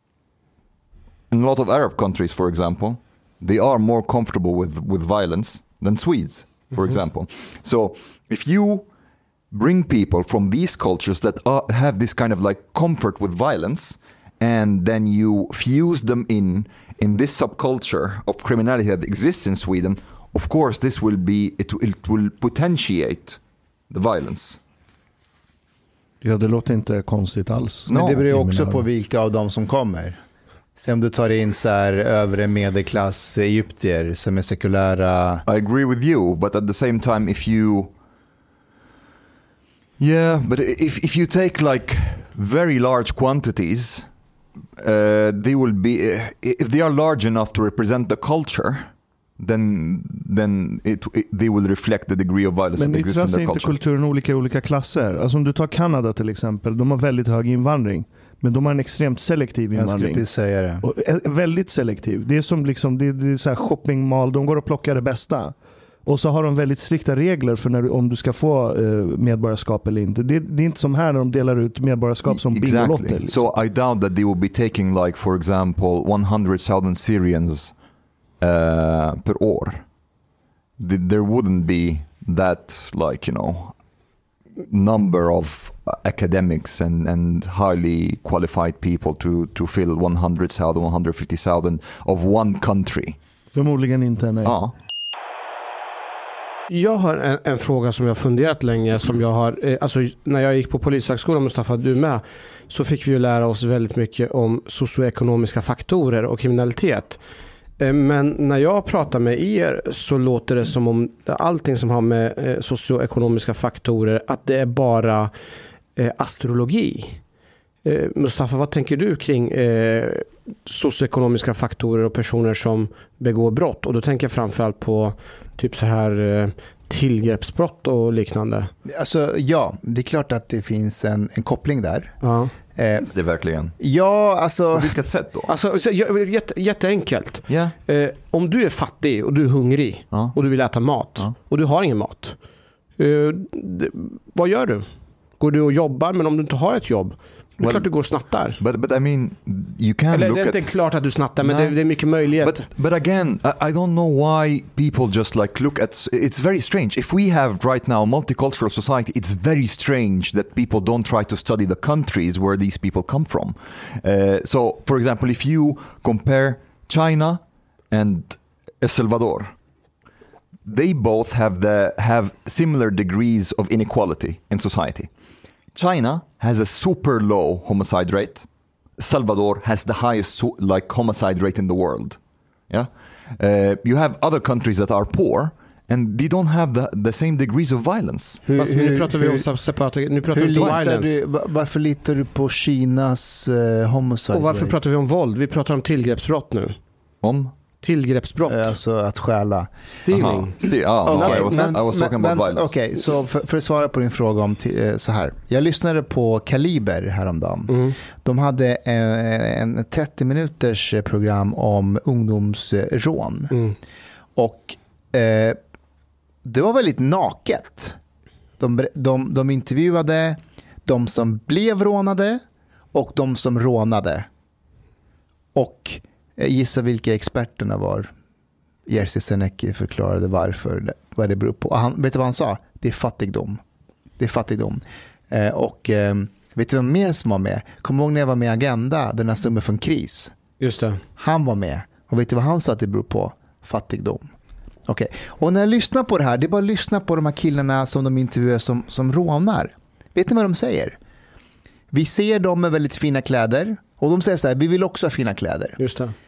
in a lot of Arab countries, for example, they are more comfortable with violence than Swedes, for example. So if you bring people from these cultures that have this kind of like comfort with violence, and then you fuse them in in this subculture of criminality that exists in Sweden, of course this will it will potentiate the violence. Ja, det låter inte konstigt alls. Men det beror också på vilka av dem som kommer. Sen om du tar in så här övre medelklass egyptier som är sekulära. I agree with you, but at the same time if you if you take like very large quantities, they will be if they are large enough to represent the culture, then they will reflect the degree of violence that exists in the culture. Men inte kulturen olika klasser. Alltså om du tar Kanada till exempel, de har väldigt hög invandring. Men de har en extremt selektiv invandring. Jag skulle säga det. Och väldigt selektiv. Det är som liksom, det är så här shoppingmall, de går och plockar det bästa. Och så har de väldigt strikta regler för om du ska få medborgarskap eller inte. Det är inte som här när de delar ut medborgarskap som bingolotter. Liksom. So I doubt that they will be taking like for example 100,000 Syrians per år. There wouldn't be that like number of academics and highly qualified people to fill 100,000, 150,000 of one country. Förmodligen inte, nej. Ja. Jag har en fråga som jag har funderat länge, som jag har, alltså när jag gick på Polishögskolan, Mustafa, du med, så fick vi ju lära oss väldigt mycket om socioekonomiska faktorer och kriminalitet. Men när jag pratar med er så låter det som om allting som har med socioekonomiska faktorer, att det är bara astrologi. Mustafa, vad tänker du kring socioekonomiska faktorer och personer som begår brott? Och då tänker jag framförallt på typ så här tillgreppsbrott och liknande. Alltså ja, det är klart att det finns en koppling där. Ja. Finns det verkligen? Ja, alltså... På vilket sätt då? Alltså, jätteenkelt. Yeah. Om du är fattig och du är hungrig och du vill äta mat och du har ingen mat. Vad gör du? Går du och jobbar, men om du inte har ett jobb, det är klart du går och snattar. But I mean, you can eller look det är inte klart att du snattar, men det är mycket möjlighet. But again, I don't know why people just like look at... It's very strange. If we have right now a multicultural society, it's very strange that people don't try to study the countries where these people come from. So, for example, if you compare China and El Salvador, they both have similar degrees of inequality in society. China has a super low homicide rate. Salvador has the highest homicide rate in the world. Yeah, you have other countries that are poor and they don't have the same degrees of violence. Nu pratar vi om separat. Nu pratar vi om violence. Varför litar du på Kinas homicide? Och varför rate? Pratar vi om våld? Vi pratar om tillgreppsbrott nu. Om? Tillgreppsbrott. Alltså att stjäla. Stealing. I was talking about violence. Okej, så för att svara på din fråga om så här. Jag lyssnade på Kaliber häromdagen. De hade en 30 minuters program om ungdomsrån. Och det var väldigt naket. De intervjuade de som blev rånade och de som rånade. Och gissa vilka experterna var. Jerzy Sarnecki förklarade vad det beror på. Vet du vad han sa? Det är fattigdom. Det är fattigdom. Och vet du vad mer som var med? Kommer ihåg när jag var med i Agenda, den här snubben från KRIS? Just det. Han var med. Och vet du vad han sa att det beror på? Fattigdom. Okej. Och när jag lyssnar på det här, det är bara att lyssna på de här killarna som de intervjuar som rånar. Vet ni vad de säger? Vi ser dem med väldigt fina kläder. Och de säger så här, vi vill också ha fina kläder. Just det.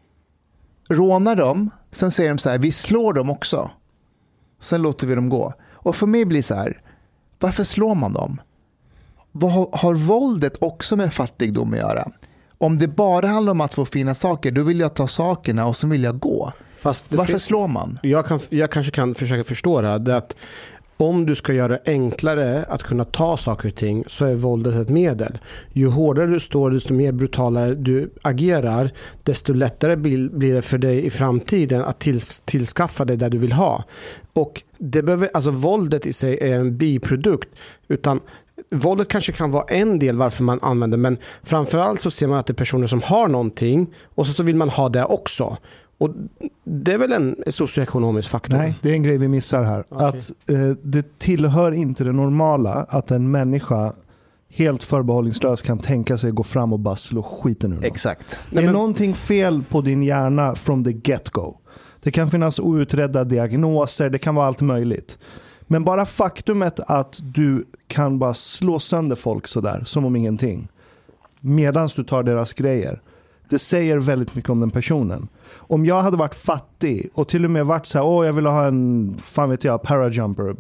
Rånar dem, sen säger de så här, vi slår dem också. Sen låter vi dem gå. Och för mig blir det så här, varför slår man dem? Vad har våldet också med fattigdom att göra? Om det bara handlar om att få fina saker, då vill jag ta sakerna och så vill jag gå. Varför slår man? Jag kanske kan försöka förstå det här. Det att om du ska göra det enklare att kunna ta saker och ting, så är våldet ett medel. Ju hårdare du står, desto mer brutalare du agerar, desto lättare blir det för dig i framtiden att tillskaffa det där du vill ha. Och det behöver, alltså våldet i sig är en biprodukt, utan våldet kanske kan vara en del varför man använder, men framförallt så ser man att det är personer som har någonting och så vill man ha det också. Och det är väl en socioekonomisk faktor? Nej, det är en grej vi missar här. Okay. Att det tillhör inte det normala att en människa helt förbehållningslöst kan tänka sig gå fram och bara slå skiten ur någon. Exakt. Det är någonting fel på din hjärna from the get-go. Det kan finnas outredda diagnoser, det kan vara allt möjligt. Men bara faktumet att du kan bara slå sönder folk sådär, som om ingenting, medan du tar deras grejer, det säger väldigt mycket om den personen. Om jag hade varit fattig och till och med varit så här, jag vill ha en, fan vet jag, parajumper.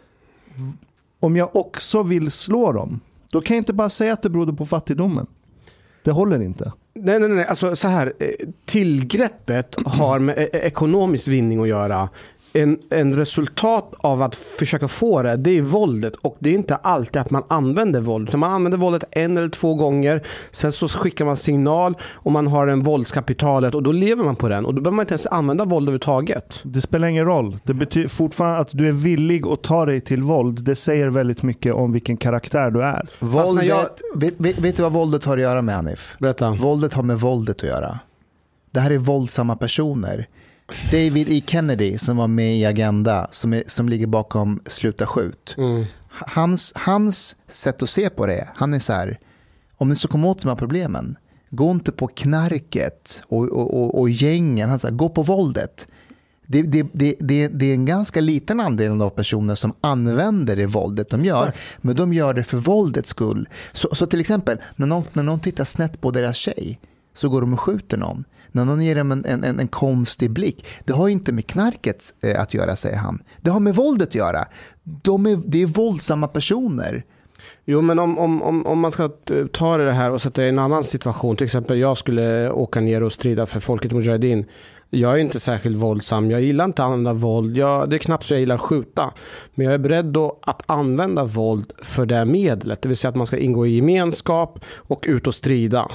Om jag också vill slå dem, då kan jag inte bara säga att det berodde på fattigdomen. Det håller inte. Nej. Alltså så här, tillgreppet har med ekonomisk vinning att göra. En resultat av att försöka få det är våldet, och det är inte alltid att man använder våld, utan man använder våldet 1 eller 2 gånger, sen så skickar man signal och man har en våldskapitalet och då lever man på den, och då behöver man inte ens använda våld överhuvudtaget. Det spelar ingen roll. Det betyder fortfarande att du är villig att ta dig till våld. Det säger väldigt mycket om vilken karaktär du är. Våldet, vet du vad våldet har att göra med, Hanif? Berätta. Våldet har med våldet att göra. Det här är våldsamma personer. David E. Kennedy som var med i Agenda, som ligger bakom Sluta skjut. Hans sätt att se på det, han är så här: om ni ska komma åt de här problemen, gå inte på knarket och gängen, han säger, gå på våldet. Det är en ganska liten andel av personer som använder det våldet de gör, men de gör det för våldets skull. Så till exempel, när någon tittar snett på deras tjej, så går de och skjuter någon. När någon ger dem en konstig blick. Det har inte med knarket att göra, säger han. Det har med våldet att göra. Det är våldsamma personer. Jo, men om man ska ta det här och sätta i en annan situation. Till exempel, jag skulle åka ner och strida för Folket Mujahedin. Jag är inte särskilt våldsam. Jag gillar inte att använda våld. Det är knappt så jag gillar att skjuta. Men jag är beredd då att använda våld för det medlet. Det vill säga att man ska ingå i gemenskap och ut och strida.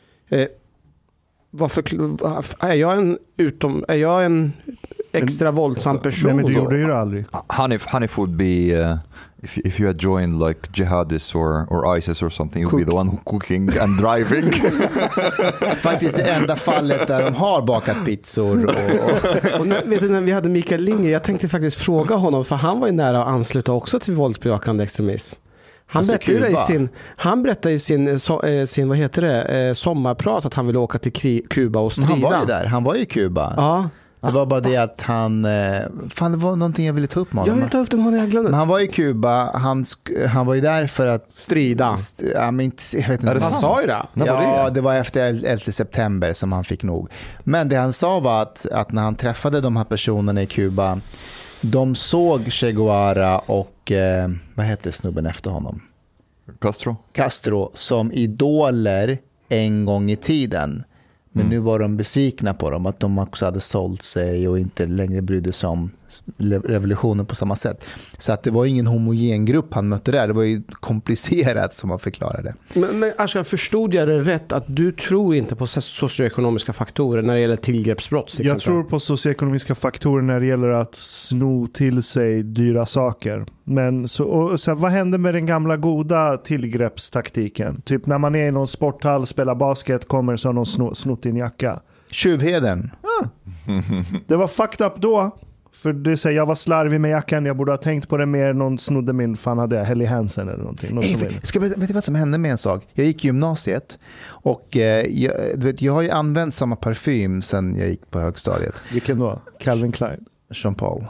Är jag en extra våldsam person? Nej, men det gjorde ju det aldrig. Hanif would be if you had joined like jihadists or ISIS or something, you'd be the one who cooking and driving. Faktiskt det enda fallet där de har bakat pizzor. Och vet du, när vi hade Mikael Linge, jag tänkte faktiskt fråga honom, för han var ju nära att ansluta också till våldsbejakande extremism. Han berättade i sin vad heter det, sommarprat att han ville åka till Kuba och strida. Han var ju där, han var i Kuba. Ja. Det var bara det att det var någonting jag ville ta upp med honom. Jag vill ta upp det med honom, jag glömde. Men han var i Kuba, han var ju där för att strida. Jag vet inte. Han sa ju det. Ja, det var efter 11 september som han fick nog. Men det han sa var att när han träffade de här personerna i Kuba, de såg Che Guevara och vad heter snubben efter honom? Castro som idoler en gång i tiden. Men nu var de besvikna på dem, att de också hade sålt sig och inte längre brydde sig om revolutionen på samma sätt. Så att det var ingen homogen grupp han mötte där. Det var ju komplicerat, som man förklarade. Men Ashkan, förstod jag det rätt att du tror inte på socioekonomiska faktorer när det gäller tillgreppsbrott? Jag tror på socioekonomiska faktorer när det gäller att sno till sig dyra saker. Men så vad händer med den gamla goda tillgreppstaktiken? Typ när man är i någon sporthall, spelar basket, kommer så någon snott din jacka. Tjuvheden. Det var fucked up då. För det säger, jag var slarvig med jackan, jag borde ha tänkt på det mer. Någon snodde min, fan hade jag, Helly Hansen eller någonting. Vet du vad som hände med en sak? Jag gick i gymnasiet och jag har ju använt samma parfym sen jag gick på högstadiet. Vilken då? Calvin Klein? Jean Paul.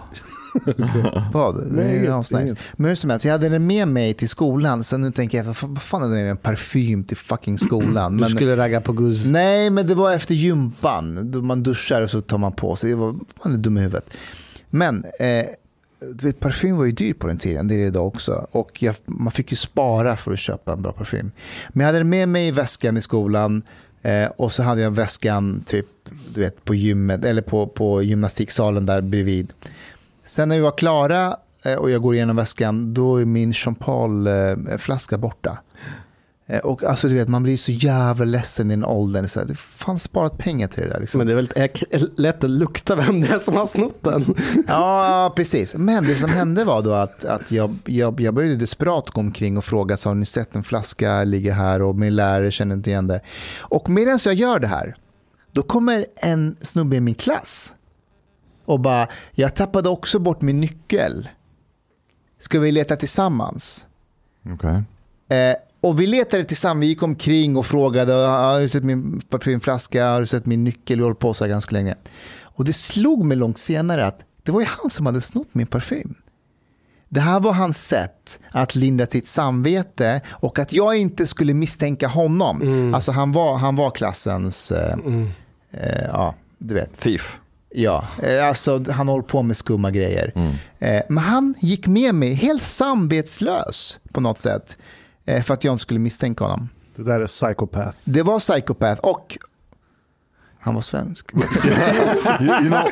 Vad? Nice. Men hur som helst, jag hade den med mig till skolan. Sen nu tänker jag, vad fan är det med en parfym till fucking skolan? Du skulle ragga på guzz. Nej, men det var efter gympan. Då man duschar och så tar man på sig. Man är dum i huvudet. Men parfym var ju dyr på den tiden. Det är det idag också. Och man fick ju spara för att köpa en bra parfym. Men jag hade den med mig i väskan i skolan. Och så hade jag väskan typ, du vet, på gymmet eller på gymnastiksalen där bredvid. Sen när vi var klara och jag går igenom väskan, då är min Jean Paul-flaska borta. Och alltså du vet, man blir så jävla ledsen i den åldern. Så här, det fanns sparat pengar till det där. Liksom. Men det är väl lätt att lukta vem det är som har snott den. Ja, precis. Men det som hände var då att jag började desperat gå omkring och fråga, så har ni sett en flaska ligga här, och min lärare känner inte igen det. Och medan jag gör det här, då kommer en snubbe i min klass och bara, jag tappade också bort min nyckel. Ska vi leta tillsammans? Okej. Och vi letade tillsammans, vi gick omkring och frågade, har du sett min parfymflaska, har du sett min nyckel, vi håller på så här ganska länge. Och det slog mig långt senare att det var ju han som hade snott min parfym. Det här var hans sätt att lindra sitt samvete och att jag inte skulle misstänka honom. Alltså han var klassens, ja, du vet. Thief. Ja, alltså han håller på med skumma grejer. Men han gick med mig helt samvetslös på något sätt. För att jag inte skulle misstänka honom. Det där är psychopath. Det var psychopath och han var svensk. you know,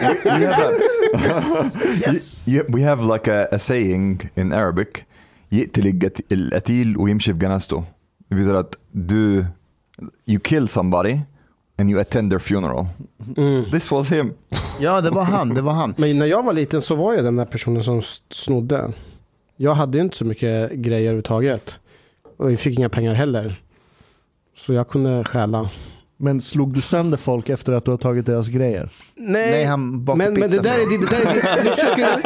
we have like a saying in Arabic. Det betyder att you kill somebody and you attend their funeral. This was him. Ja, det var han. Men när jag var liten så var jag den där personen som snodde. Jag hade ju inte så mycket grejer överhuvudtaget. Och jag fick inga pengar heller. Så jag kunde stjäla. Men slog du sönder folk efter att du har tagit deras grejer? Nej, han bakade men pizza. det där är nu försöker du...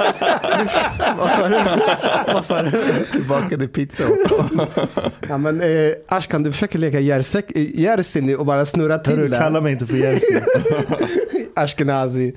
Vad sa du? Du bakade pizza. Ja, men Ashkan, du försöker leka Jerzy nu och bara snurra till Du det. kallar mig inte för Jerzy. Ashkenazi.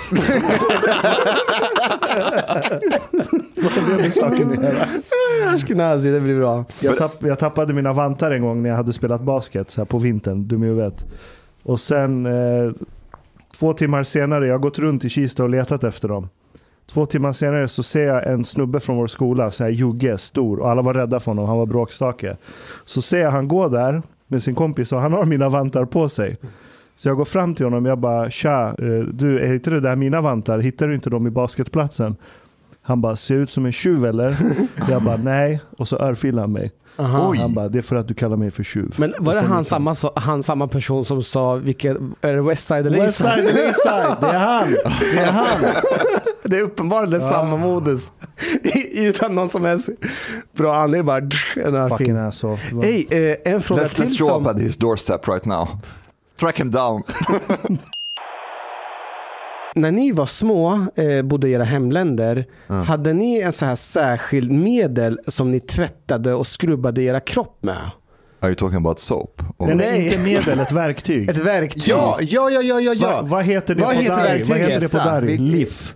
Vad är det saken att göra? Ashkenazi, det blir bra. Jag tappade mina vantar en gång när jag hade spelat basket så här på vintern, dum ju vet. Och sen 2 timmar senare, jag har gått runt i Kista och letat efter dem. 2 timmar senare så ser jag en snubbe från vår skola, så här Jugge, stor, och alla var rädda för honom, han var bråkstake. Så ser jag han gå där med sin kompis och han har mina vantar på sig. Så jag går fram till honom och jag bara, tja, du, hittar du där mina vantar? Hittar du inte dem i basketplatsen? Han bara, ser ut som en tjuv eller? Jag bara, nej. Och så örfilar han mig. Han bara, det är för att du kallar mig för tjuv. Men var det han samma person som sa, är det Westside eller Westside eller Eastside? Det är han. Det är uppenbarligen samma modus. Utan någon som helst bra anledning, bara fucking asshole. Hej, en fråga till let's show up at his doorstep right now. Track him down. När ni var små, bodde i era hemländer, hade ni en så här särskild medel som ni tvättade och skrubbade era kropp med? Are you talking about soap? Nej, inte medel, ett verktyg. Ett verktyg? Ja. Vad heter det på Dari? Vad heter det på Dari? Liff.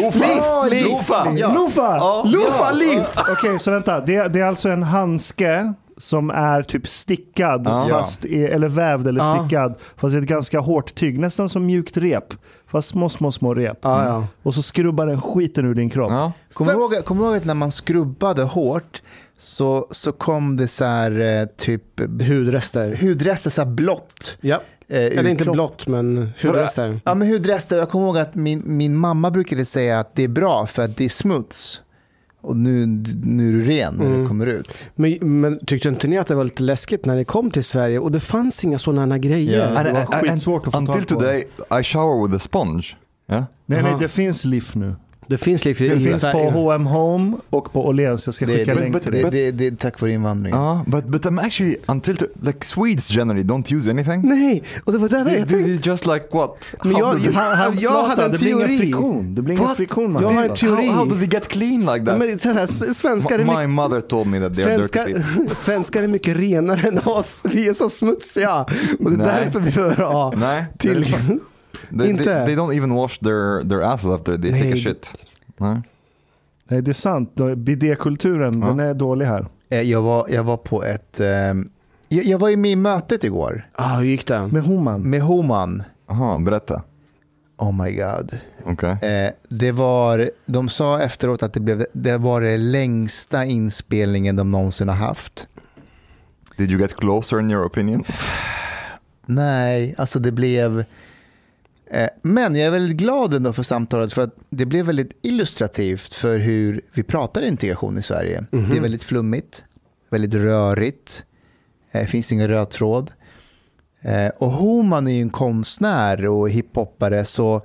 Lofa. Okej, så vänta. Det är alltså en handske som är typ stickad fast eller vävd eller stickad fast ett ganska hårt tyg, nästan som mjukt rep fast små rep. Och så skrubbar den skiten ur din kropp. Kommer du ihåg att när man skrubbade hårt så kom det så här typ hudrester så här blått. Ja. Eller inte blått, men hudrester. Ja, men hudrester. Jag kommer ihåg att min mamma brukade säga att det är bra för att det är smuts. Och nu är du ren när det kommer ut. Men tyckte inte ni att det var lite läskigt när ni kom till Sverige och det fanns inga sådana grejer? Det var skitsvårt att få tag på. Until today I shower with a sponge. Yeah? Nej, det finns Liff nu. Det finns Liff. Det finns på H&M Home och på Åhléns. Jag ska skicka länk till det. Det är tack vare invandring. But I'm actually like Swedes generally don't use anything. Nej, och det var det they just like what? Men jag hade en teori. Det blir ingen friktion. Jag har en teori. How do they get clean like that? Men svenskar My mother told me that they are dirty people. Svenskar är mycket renare än oss. Vi är så smutsiga. Och det är därför vi behöver ha till. They don't even wash their asses after they take a shit. Nej, det är sant. Bidékulturen, den är dålig här. Jag var på ett... jag var ju med i mötet igår. Hur gick det? Med Homan. Aha, berätta. Oh my god. Okay. De sa efteråt att det var det längsta inspelningen de någonsin har haft. Did you get closer in your opinion? Nej, alltså det blev... Men jag är väldigt glad ändå för samtalet för att det blev väldigt illustrativt för hur vi pratar integration i Sverige. Det är väldigt flummigt, väldigt rörigt. Det finns ingen röd tråd. Och Homan är ju en konstnär och hiphoppare, så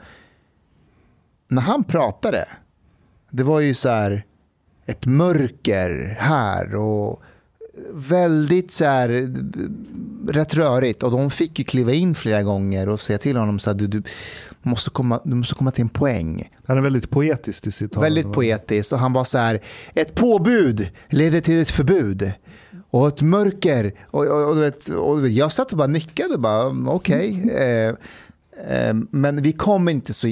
när han pratade, det var ju så här ett mörker här och väldigt så här rätt rörigt, och de fick ju kliva in flera gånger och säga till honom så att du måste komma till en poäng. Han är väldigt poetisk i sitt tal. Väldigt poetisk, och han var så här: ett påbud leder till ett förbud. och ett mörker. Och du vet, jag satt och bara nickade. Okej. Men vi kom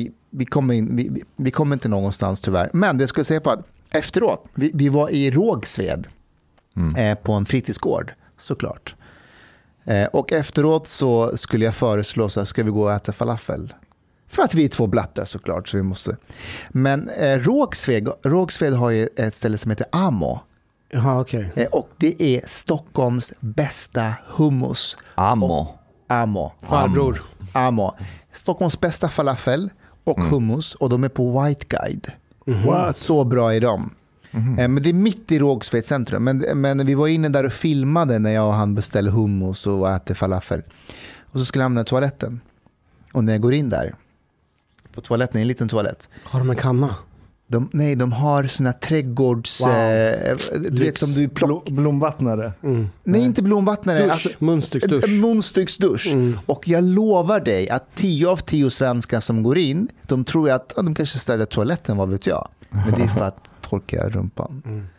inte någonstans tyvärr. Men det skulle jag säga på att efteråt, vi var i Rågsved på en fritidsgård, såklart. Och efteråt så skulle jag föreslå så här, ska vi gå och äta falafel? För att vi är 2 blattar såklart, så vi måste. Men Rågsved har ju ett ställe som heter Amo. Jaha, okej. Och det är Stockholms bästa hummus. Amo. Farbror. Amo. Stockholms bästa falafel och hummus. Och de är på White Guide. Så bra är de. Men det är mitt i Rågsved centrum. Men vi var inne där och filmade när jag och han beställde hummus och äter falafel. Och så skulle jag hamna i toaletten. Och när jag går in där på toaletten, en liten toalett. Har de en kanna? De har såna trädgårds... du vet som du plockar... Blomvattnare. Nej, inte blomvattnare. Dusch, munstycksdusch. Munstycksdusch. Och jag lovar dig att 10 av 10 svenskar som går in, de tror att de kanske ställer toaletten, vad vet jag. Men det är för att torka rumpan.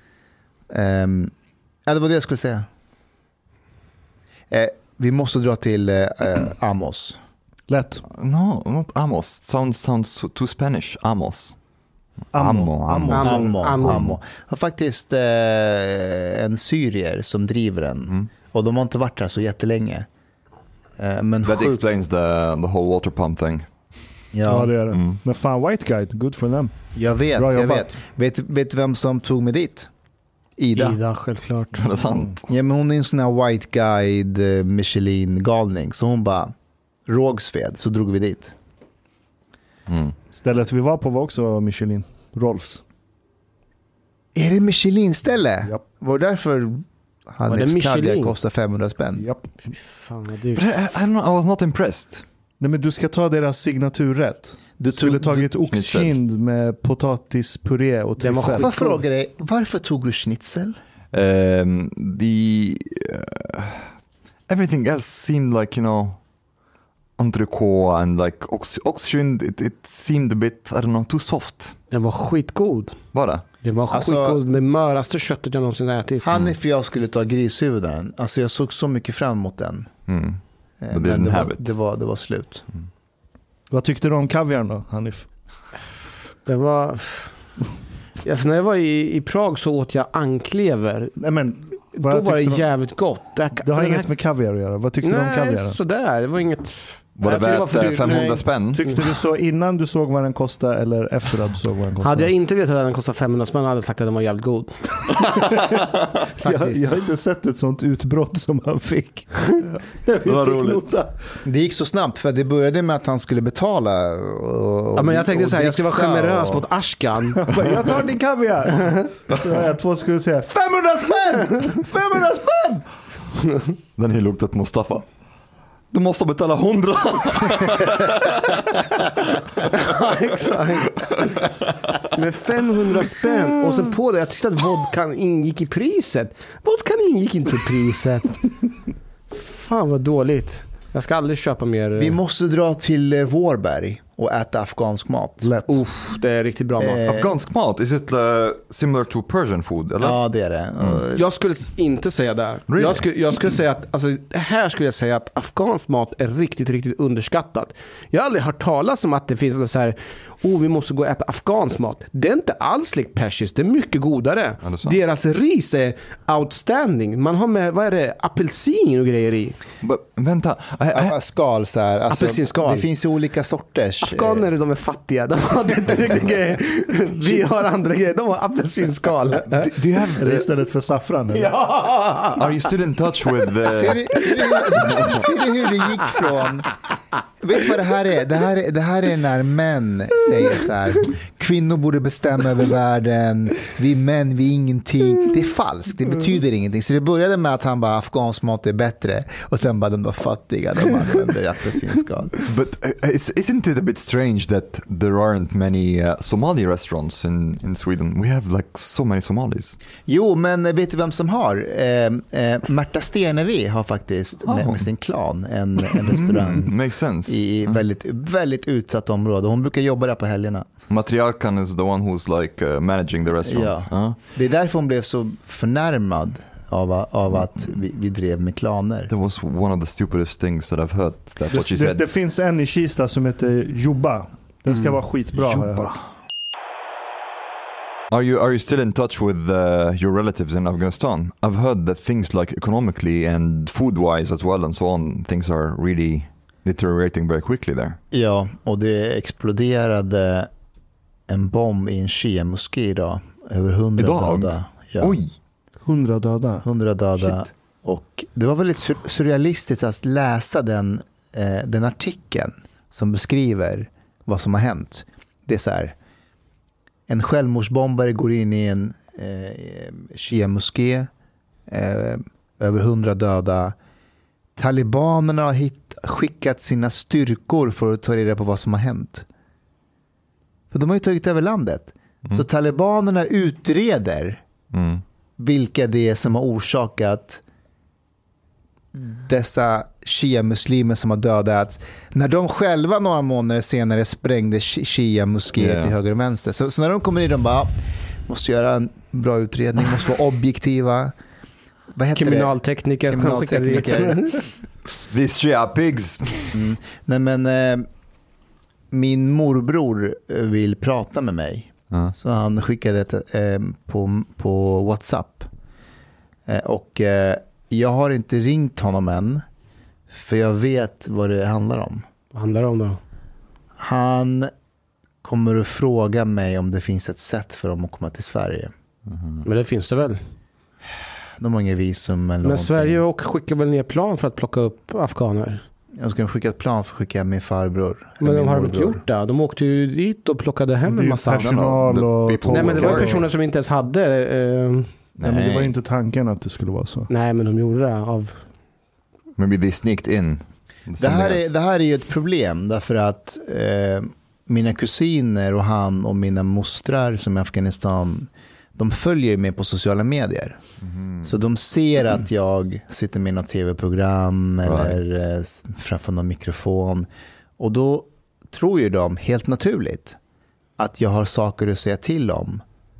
Det var det jag skulle säga. Vi måste dra till Amos. Lätt. No, not Amos. Sounds too Spanish. Amos. Amo. Har faktiskt en syrier som driver den. Och de har inte varit där så jättelänge. Men That explains the whole water pump thing. Ja, det är det. Men fan, White Guide, good for them. Jag vet. Vet du vem som tog mig dit? Ida, självklart. Det är sant. Ja, men hon är en sån här White Guide Michelin-galning. Så hon bara, Rågsved, så drog vi dit. Stället vi var på var också Michelin. Rolfs. Är det Michelin-ställe? Japp. Var det därför Hanifs kaviar kostar 500 spänn? Japp. Fan vad dyrt. But I don't know, I was not impressed. Nej, men du ska ta deras signaturrätt. Du skulle tagit oxkind med potatispuré och tryffel. Jag frågar dig, varför tog du schnitzel? Everything else seemed like, entrecote and like oxkind, it seemed a bit, I don't know, too soft. Den var skitgod. Var det? Det var skitgod. Det möraste köttet jag någonsin ätit. Hanif och jag skulle ta grishuvuden. Alltså jag såg så mycket fram emot den. Men det var slut. Vad tyckte du om kaviarn då, Hanif? Det var... Alltså när jag var i Prag så åt jag anklever. Nej, men, då var det jävligt gott. Det har inget med kaviar att göra. Vad tyckte du om kaviar? Nej, sådär. Det var inget... Var det värt 500 spänn? Tyckte du så innan du såg vad den kostade eller efter att du såg vad den kostade? Hade jag inte vetat att den kostade 500 spänn hade jag sagt att den var jävligt god. jag har inte sett ett sånt utbrott som han fick. Det var roligt. Det gick så snabbt för det började med att han skulle betala. Ja, men jag tänkte så här, jag skulle vara generös mot Ashkan. Jag tar din kaviar. Jag två skulle säga 500 spänn! 500 spänn! Den har luktat Mustafa. Du måste betala 100. Ja, exakt. Med 500 spänn. Och sen på det, jag tyckte att vodkan ingick i priset. Vodkan ingick inte i priset. Fan vad dåligt. Jag ska aldrig köpa mer. Vi måste dra till Vårberg och äta afghansk mat. Lätt. Det är riktigt bra mat. Afghansk mat, is it similar to Persian food? Eller? Ja, det är det. Jag skulle inte säga där. Really? Jag skulle säga att här skulle jag säga att afghansk mat är riktigt, riktigt underskattat. Jag har aldrig hört talas om att det finns så här, vi måste gå och äta afghansk mat. Det är inte alls likt persisk, det är mycket godare. Deras ris är outstanding. Man har med, vad är det, apelsin och grejer i. Vänta. Skal så här. Alltså, apelsinskal. Det finns ju olika sorters. Afghaner, de är fattiga. De har inte riktigt grejer. Vi har andra grejer. De har apelsinskal. Do you have istället för saffran? Eller? Ja! Are you still in touch with Ser du hur det gick från... Vet du vad det här är? Det här är när män säger så här: kvinnor borde bestämma över världen, vi män, vi är ingenting. Det är falskt, det betyder ingenting. Så det började med att han bara, afghansk mat är bättre. Och sen bara, de var fattiga, de använder apelsinskal. But isn't it a bit strange that there aren't many Somali restaurants in Sweden? We have like so many Somalis. Jo, men vet du vem som har? Märta Stenevi har faktiskt med sin klan en restaurang. Makes sense. I väldigt, väldigt utsatt område. Hon brukar jobba där på helgerna. Matriarkan is the one who's like managing the restaurant. Ja. Det är därför hon blev så förnärmad av att vi drev med klaner. That was one of the stupidest things that I've heard. That's what she said. Det finns en i Kista som heter Jobba. Den ska vara skitbra. Jobba. Are you still in touch with your relatives in Afghanistan? I've heard that things like economically and food-wise as well and so on, things are really deteriorating very quickly there. Ja, och det exploderade en bomb i en shia-moské idag. Över 100 döda. Ja. Oj! 100 döda. 100 döda. Shit. Och det var väldigt surrealistiskt att läsa den artikeln som beskriver vad som har hänt. Det är så här: en självmordsbombare går in i en shia-moské, över 100 döda. Talibanerna har skickat sina styrkor för att ta reda på vad som har hänt. För de har ju tagit över landet. Så talibanerna utreder vilka det är som har orsakat dessa shia-muslimer som har dödats. När de själva några månader senare sprängde shia-moskéer till höger och vänster. Så när de kommer in, de bara, måste göra en bra utredning, måste vara objektiva. Vad heter Kriminaltekniker. These shia pigs. Nej, men min morbror vill prata med mig. Så han skickade på WhatsApp. Och jag har inte ringt honom än, för jag vet vad det handlar om. Vad handlar det om då? Han kommer att fråga mig om det finns ett sätt för dem att komma till Sverige. Men det finns det väl? De har inga visum eller Men någonting. Sverige och skickar väl ner plan för att plocka upp afghaner? Jag ska skicka ett plan för att skicka min farbror. Men de har inte gjort det. De åkte ju dit och plockade hem en massa personal och nej, men det var personer som inte ens hade nej, men det var inte tanken att det skulle vara så. Nej, men de gjorde det av... Maybe they sneaked in. Det här är ju ett problem, därför att mina kusiner och han och mina mostrar som är i Afghanistan, de följer mig på sociala medier. Så de ser att jag sitter med något tv-program eller framför någon mikrofon. Och då tror ju de helt naturligt att jag har saker att säga till om.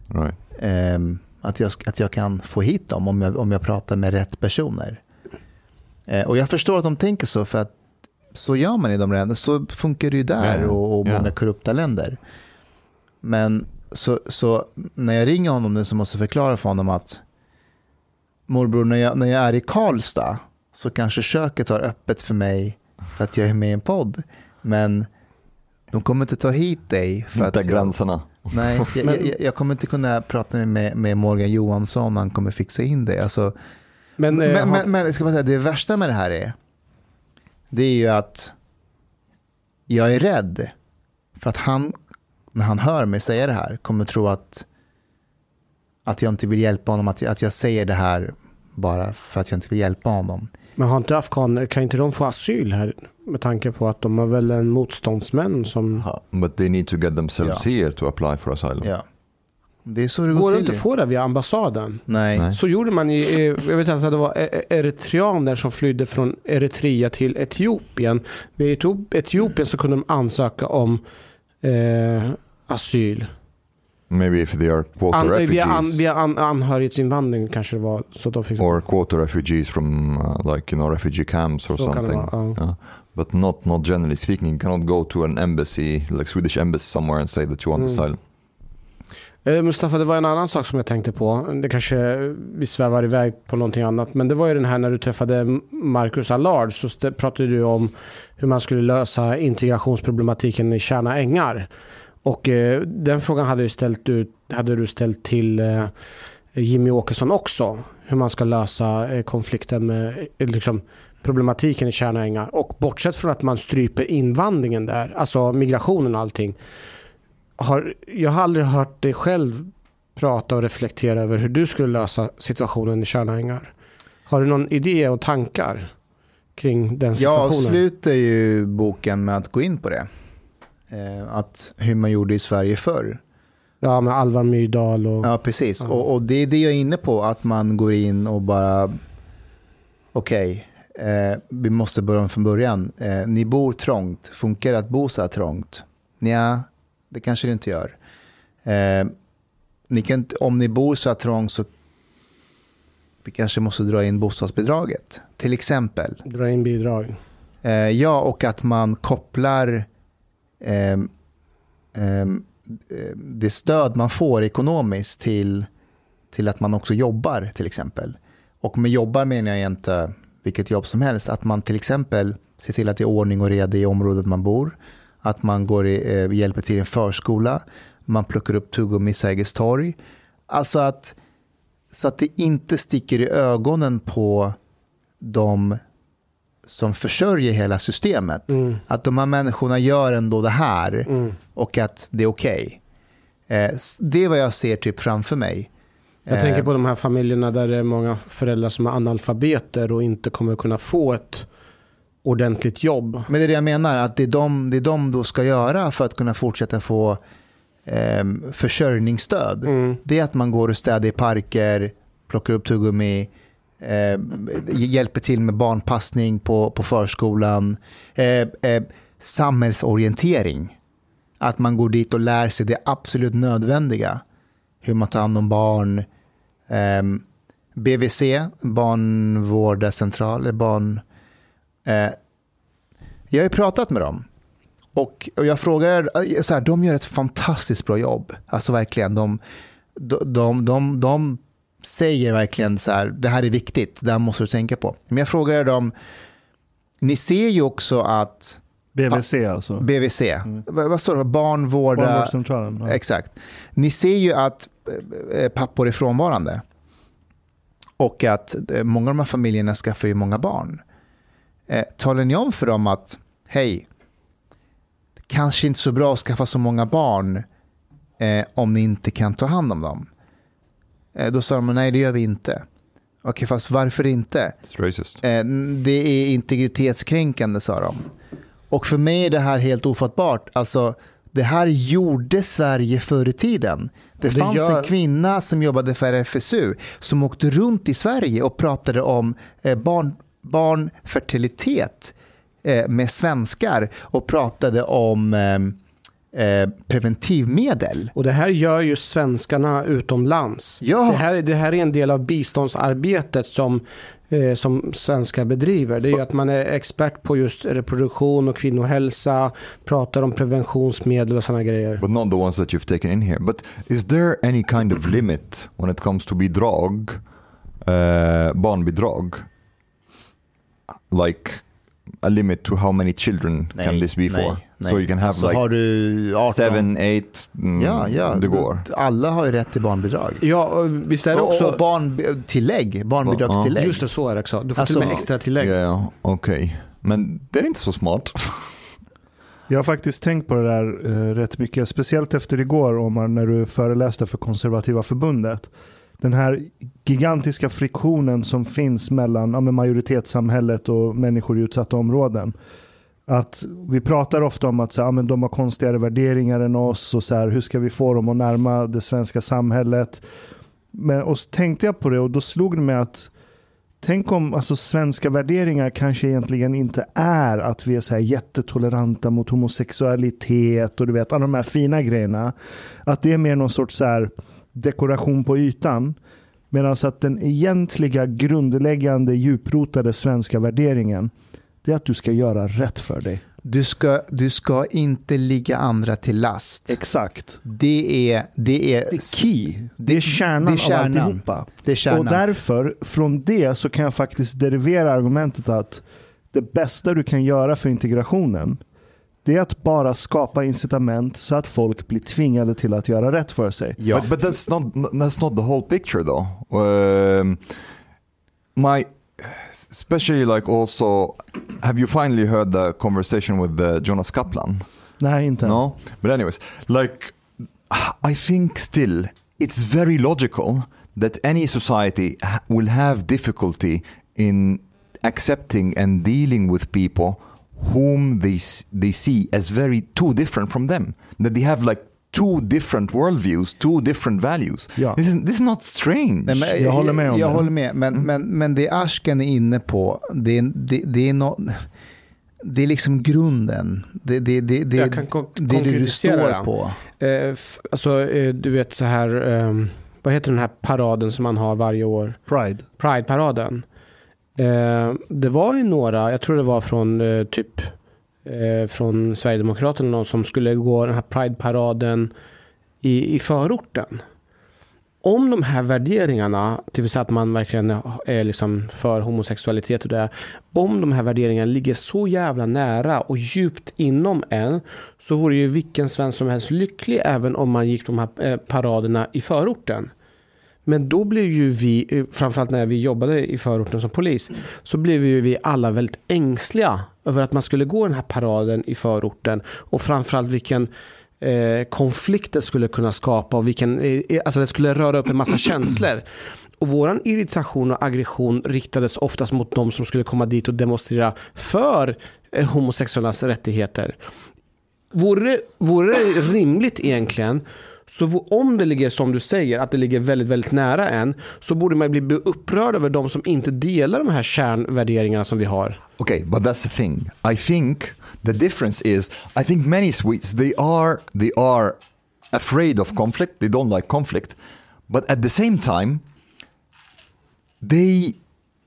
Att jag kan få hit dem om jag pratar med rätt personer. Och jag förstår att de tänker så, för att så gör man i de länderna. Så funkar det ju där och många korrupta länder. Men så när jag ringer honom nu så måste jag förklara för honom att morbror, när jag är i Karlstad så kanske köket har öppet för mig för att jag är med i en podd. Men de kommer inte ta hit dig för att gränserna. Nej, jag kommer inte kunna prata med Morgan Johansson. Han kommer fixa in det. Alltså, men ska man säga, det värsta med det här det är ju att jag är rädd för att han, när han hör mig säga det här, kommer tro att jag inte vill hjälpa honom, att jag säger det här bara för att jag inte vill hjälpa honom. Men har inte afghaner, kan inte de få asyl här med tanke på att de har väl en motståndsmän som... But they need to get themselves here to apply for asylum. Ja. Det är så det går det till. inte få det via ambassaden? Nej. Så gjorde man jag vet alltså att det var eritreaner som flydde från Eritrea till Etiopien. Vid Etiopien så kunde de ansöka om asyl. Maybe if they are quota refugees. Via anhörighetsinvandring kanske det var så de fick. Or quota refugees from refugee camps or something. But not generally speaking. You cannot go to an embassy, like Swedish embassy somewhere and say that you want asylum. Mustafa, det var en annan sak som jag tänkte på. Det kanske vi svävar iväg på någonting annat. Men det var ju den här när du träffade Marcus Allard, så pratade du om hur man skulle lösa integrationsproblematiken i Tjärna ängar. Och den frågan hade du ställt till Jimmy Åkesson också. Hur man ska lösa konflikten med problematiken i Tjärna ängar. Och bortsett från att man stryper invandringen där, alltså migrationen och allting. Jag har aldrig hört dig själv prata och reflektera över hur du skulle lösa situationen i Tjärna ängar. Har du någon idé och tankar kring den situationen? Jag avslutar ju boken med att gå in på det. Att hur man gjorde i Sverige förr. Ja, med Alvar Myrdal och... Ja, precis. Ja. Och det är det jag är inne på. Att man går in och bara... Okej, vi måste börja från början. Ni bor trångt. Funkar det att bo så här trångt? Nja, det kanske det inte gör. Om ni bor så här trångt så vi kanske måste dra in bostadsbidraget, till exempel. Dra in bidrag. Ja, och att man kopplar det stöd man får ekonomiskt till att man också jobbar, till exempel. Och med jobbar menar jag inte vilket jobb som helst. Att man till exempel ser till att det är ordning och reda i området man bor. Att man hjälper till i en förskola. Man plockar upp tuggummi i Sergels torg. Alltså så att det inte sticker i ögonen på de som försörjer hela systemet. Att de här människorna gör ändå det här och att det är okej. Det är vad jag ser typ framför mig. Jag tänker på de här familjerna där det är många föräldrar som är analfabeter och inte kommer kunna få ett ordentligt jobb. Men det är det jag menar, att det är de då ska göra för att kunna fortsätta få försörjningsstöd. Det är att man går och städar i parker, plockar upp tuggummi, hjälper till med barnpassning på förskolan, samhällsorientering. Att man går dit och lär sig det absolut nödvändiga. Hur man tar hand om barn. BVC, barnvårdarcentral, jag har ju pratat med dem. Och jag frågar så här, de gör ett fantastiskt bra jobb. Alltså verkligen, de säger verkligen så här, det här är viktigt, det här måste du tänka på. Men jag frågar dem, ni ser ju också att BVC alltså. BVC. Vad står det? Barnvårdscentralen. Ja. Exakt. Ni ser ju att pappor är frånvarande. Och att många av de här familjerna skaffar ju många barn. Talar ni om för dem att hej, kanske inte så bra att skaffa så många barn om ni inte kan ta hand om dem? Då sa de, nej det gör vi inte. Okej, fast varför inte? Det är integritetskränkande, sa de. Och för mig är det här helt ofattbart. Alltså, det här gjorde Sverige förr i tiden. Det fanns en kvinna som jobbade för RFSU som åkte runt i Sverige och pratade om barnfertilitet med svenskar och pratade om preventivmedel. Och det här gör ju svenskarna utomlands. Ja. Det här är en del av biståndsarbetet som svenskar bedriver. Det är ju att man är expert på just reproduktion och kvinnohälsa, pratar om preventionsmedel och sådana grejer. But not the ones that you've taken in here. But is there any kind of limit when it comes to bidrag, barnbidrag? Like a limit to how many children can this be for? Nej. So you can have alltså, like har du 18, 7, 8, ja, det går. Alla har ju rätt till barnbidrag. Ja, visst är det också... Och barnbidragstillägg. Just det, så är det också. Du får till och med extra tillägg. Ja, okej. Men det är inte så smart. Jag har faktiskt tänkt på det där rätt mycket. Speciellt efter igår, Omar, när du föreläste för Konservativa förbundet. Den här gigantiska friktionen som finns mellan majoritetssamhället och människor i utsatta områden. Att vi pratar ofta om att så här, men de har konstigare värderingar än oss och så här, hur ska vi få dem att närma det svenska samhället? Och så tänkte jag på det och då slog det mig att tänk om alltså, svenska värderingar kanske egentligen inte är att vi är så här jättetoleranta mot homosexualitet och du vet alla de här fina grejerna. Att det är mer någon sorts så här dekoration på ytan. Medan att den egentliga grundläggande djuprotade svenska värderingen, det är att du ska göra rätt för dig. Du ska inte ligga andra till last. Exakt. Det är key. Det är kärnan av alltihopa. Det är kärnan. Och därför, från det så kan jag faktiskt derivera argumentet att det bästa du kan göra för integrationen, det är att bara skapa incitament så att folk blir tvingade till att göra rätt för sig. Ja. But that's not the whole picture though. Especially like also, have you finally heard the conversation with Jonas Kaplan? Nej, inte. No? But anyways, like I think still it's very logical that any society will have difficulty in accepting and dealing with people whom they see as very too different from them. That they have like two different worldviews, two different values. Ja. This is not strange. Nej, men, jag håller med om jag det. håller med, men det Ashkan är inne på, det är liksom grunden. Det jag kan det du står på. Alltså, du vet så här, vad heter den här paraden som man har varje år? Pride-paraden. Det var ju några, jag tror det var från från Sverigedemokraterna någon som skulle gå den här Pride-paraden i förorten. Om de här värderingarna, det vill säga att man verkligen är liksom för homosexualitet och det, om de här värderingarna ligger så jävla nära och djupt inom en, så vore ju vilken svensk som helst lycklig även om man gick de här paraderna i förorten. Men då blev ju vi, framförallt när vi jobbade i förorten som polis, så blev ju vi alla väldigt ängsliga över att man skulle gå den här paraden i förorten, och framförallt vilken konflikt det skulle kunna skapa, och vilken, alltså det skulle röra upp en massa känslor. Och våran irritation och aggression riktades oftast mot de som skulle komma dit och demonstrera för homosexuellas rättigheter. Vore det rimligt egentligen, så om det ligger som du säger, att det ligger väldigt, väldigt nära en, så borde man bli upprörd över de som inte delar de här kärnvärderingarna som vi har. Okay, but that's the thing. I think the difference is, I think many Swedes, they are afraid of conflict. They don't like conflict. But at the same time, they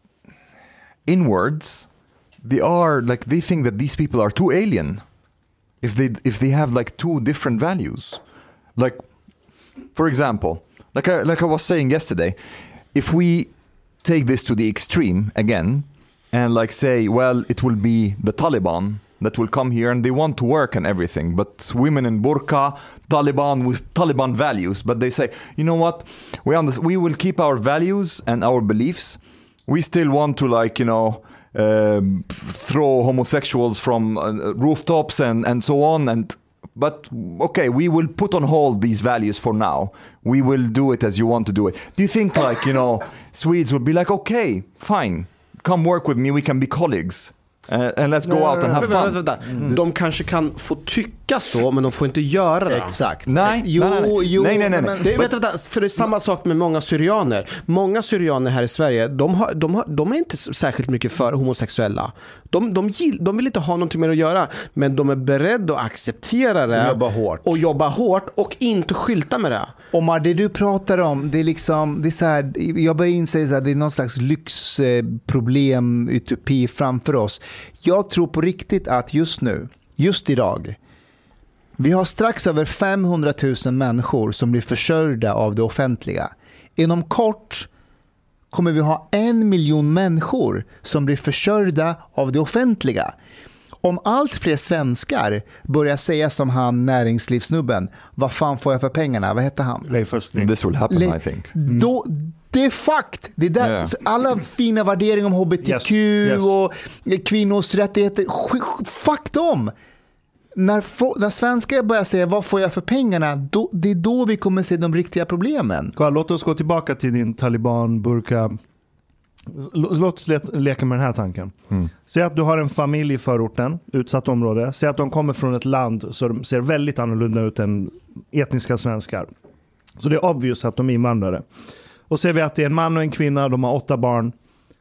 inwards, they think that these people are too alien. If they have like two different values. Like, for example, like I was saying yesterday, if we take this to the extreme again, and like say, well, it will be the Taliban that will come here and they want to work and everything, but women in burqa, Taliban with Taliban values, but they say, you know what, we will keep our values and our beliefs. We still want to, like, you know, throw homosexuals from rooftops and so on, but okay, we will put on hold these values for now. We will do it as you want to do it. Do you think, like, you know, Swedes would be like, okay, fine, come work with me, we can be colleagues. And let's go out and have fun. De kanske kan få tycka så, men de får inte göra det. Exakt. Nej. För det är samma sak med många syrianer. Många syrianer här i Sverige, de är inte särskilt mycket för homosexuella. De vill inte ha någonting med att göra, men de är beredda att acceptera det och jobba hårt och inte skylta med det. Omar, det du pratar om, det är liksom, det är så här, jag börjar inse så här, det är någon slags lyxproblem, utopi framför oss. Jag tror på riktigt att just nu, just idag, vi har strax över 500 000 människor som blir försörjda av det offentliga. Inom kort kommer vi ha 1 miljon människor som blir försörjda av det offentliga. Om allt fler svenskar börjar säga som han näringslivssnubben, vad fan får jag för pengarna? Vad heter han? Leif Östling. This will happen, I think. Då, det är fakt. Det är där, yeah. Alla fina värderingar om HBTQ och kvinnors rättigheter, fuck dem. När svenskar börjar säga vad får jag för pengarna, det är då vi kommer se de riktiga problemen. Låt oss gå tillbaka till din Taliban-burka. Låt oss leka med den här tanken. Säg att du har en familj i förorten, utsatt område. Säg att de kommer från ett land så de ser väldigt annorlunda ut än etniska svenskar. Så det är obvious att de är invandrare. Och ser vi att det är en man och en kvinna, de har 8 barn.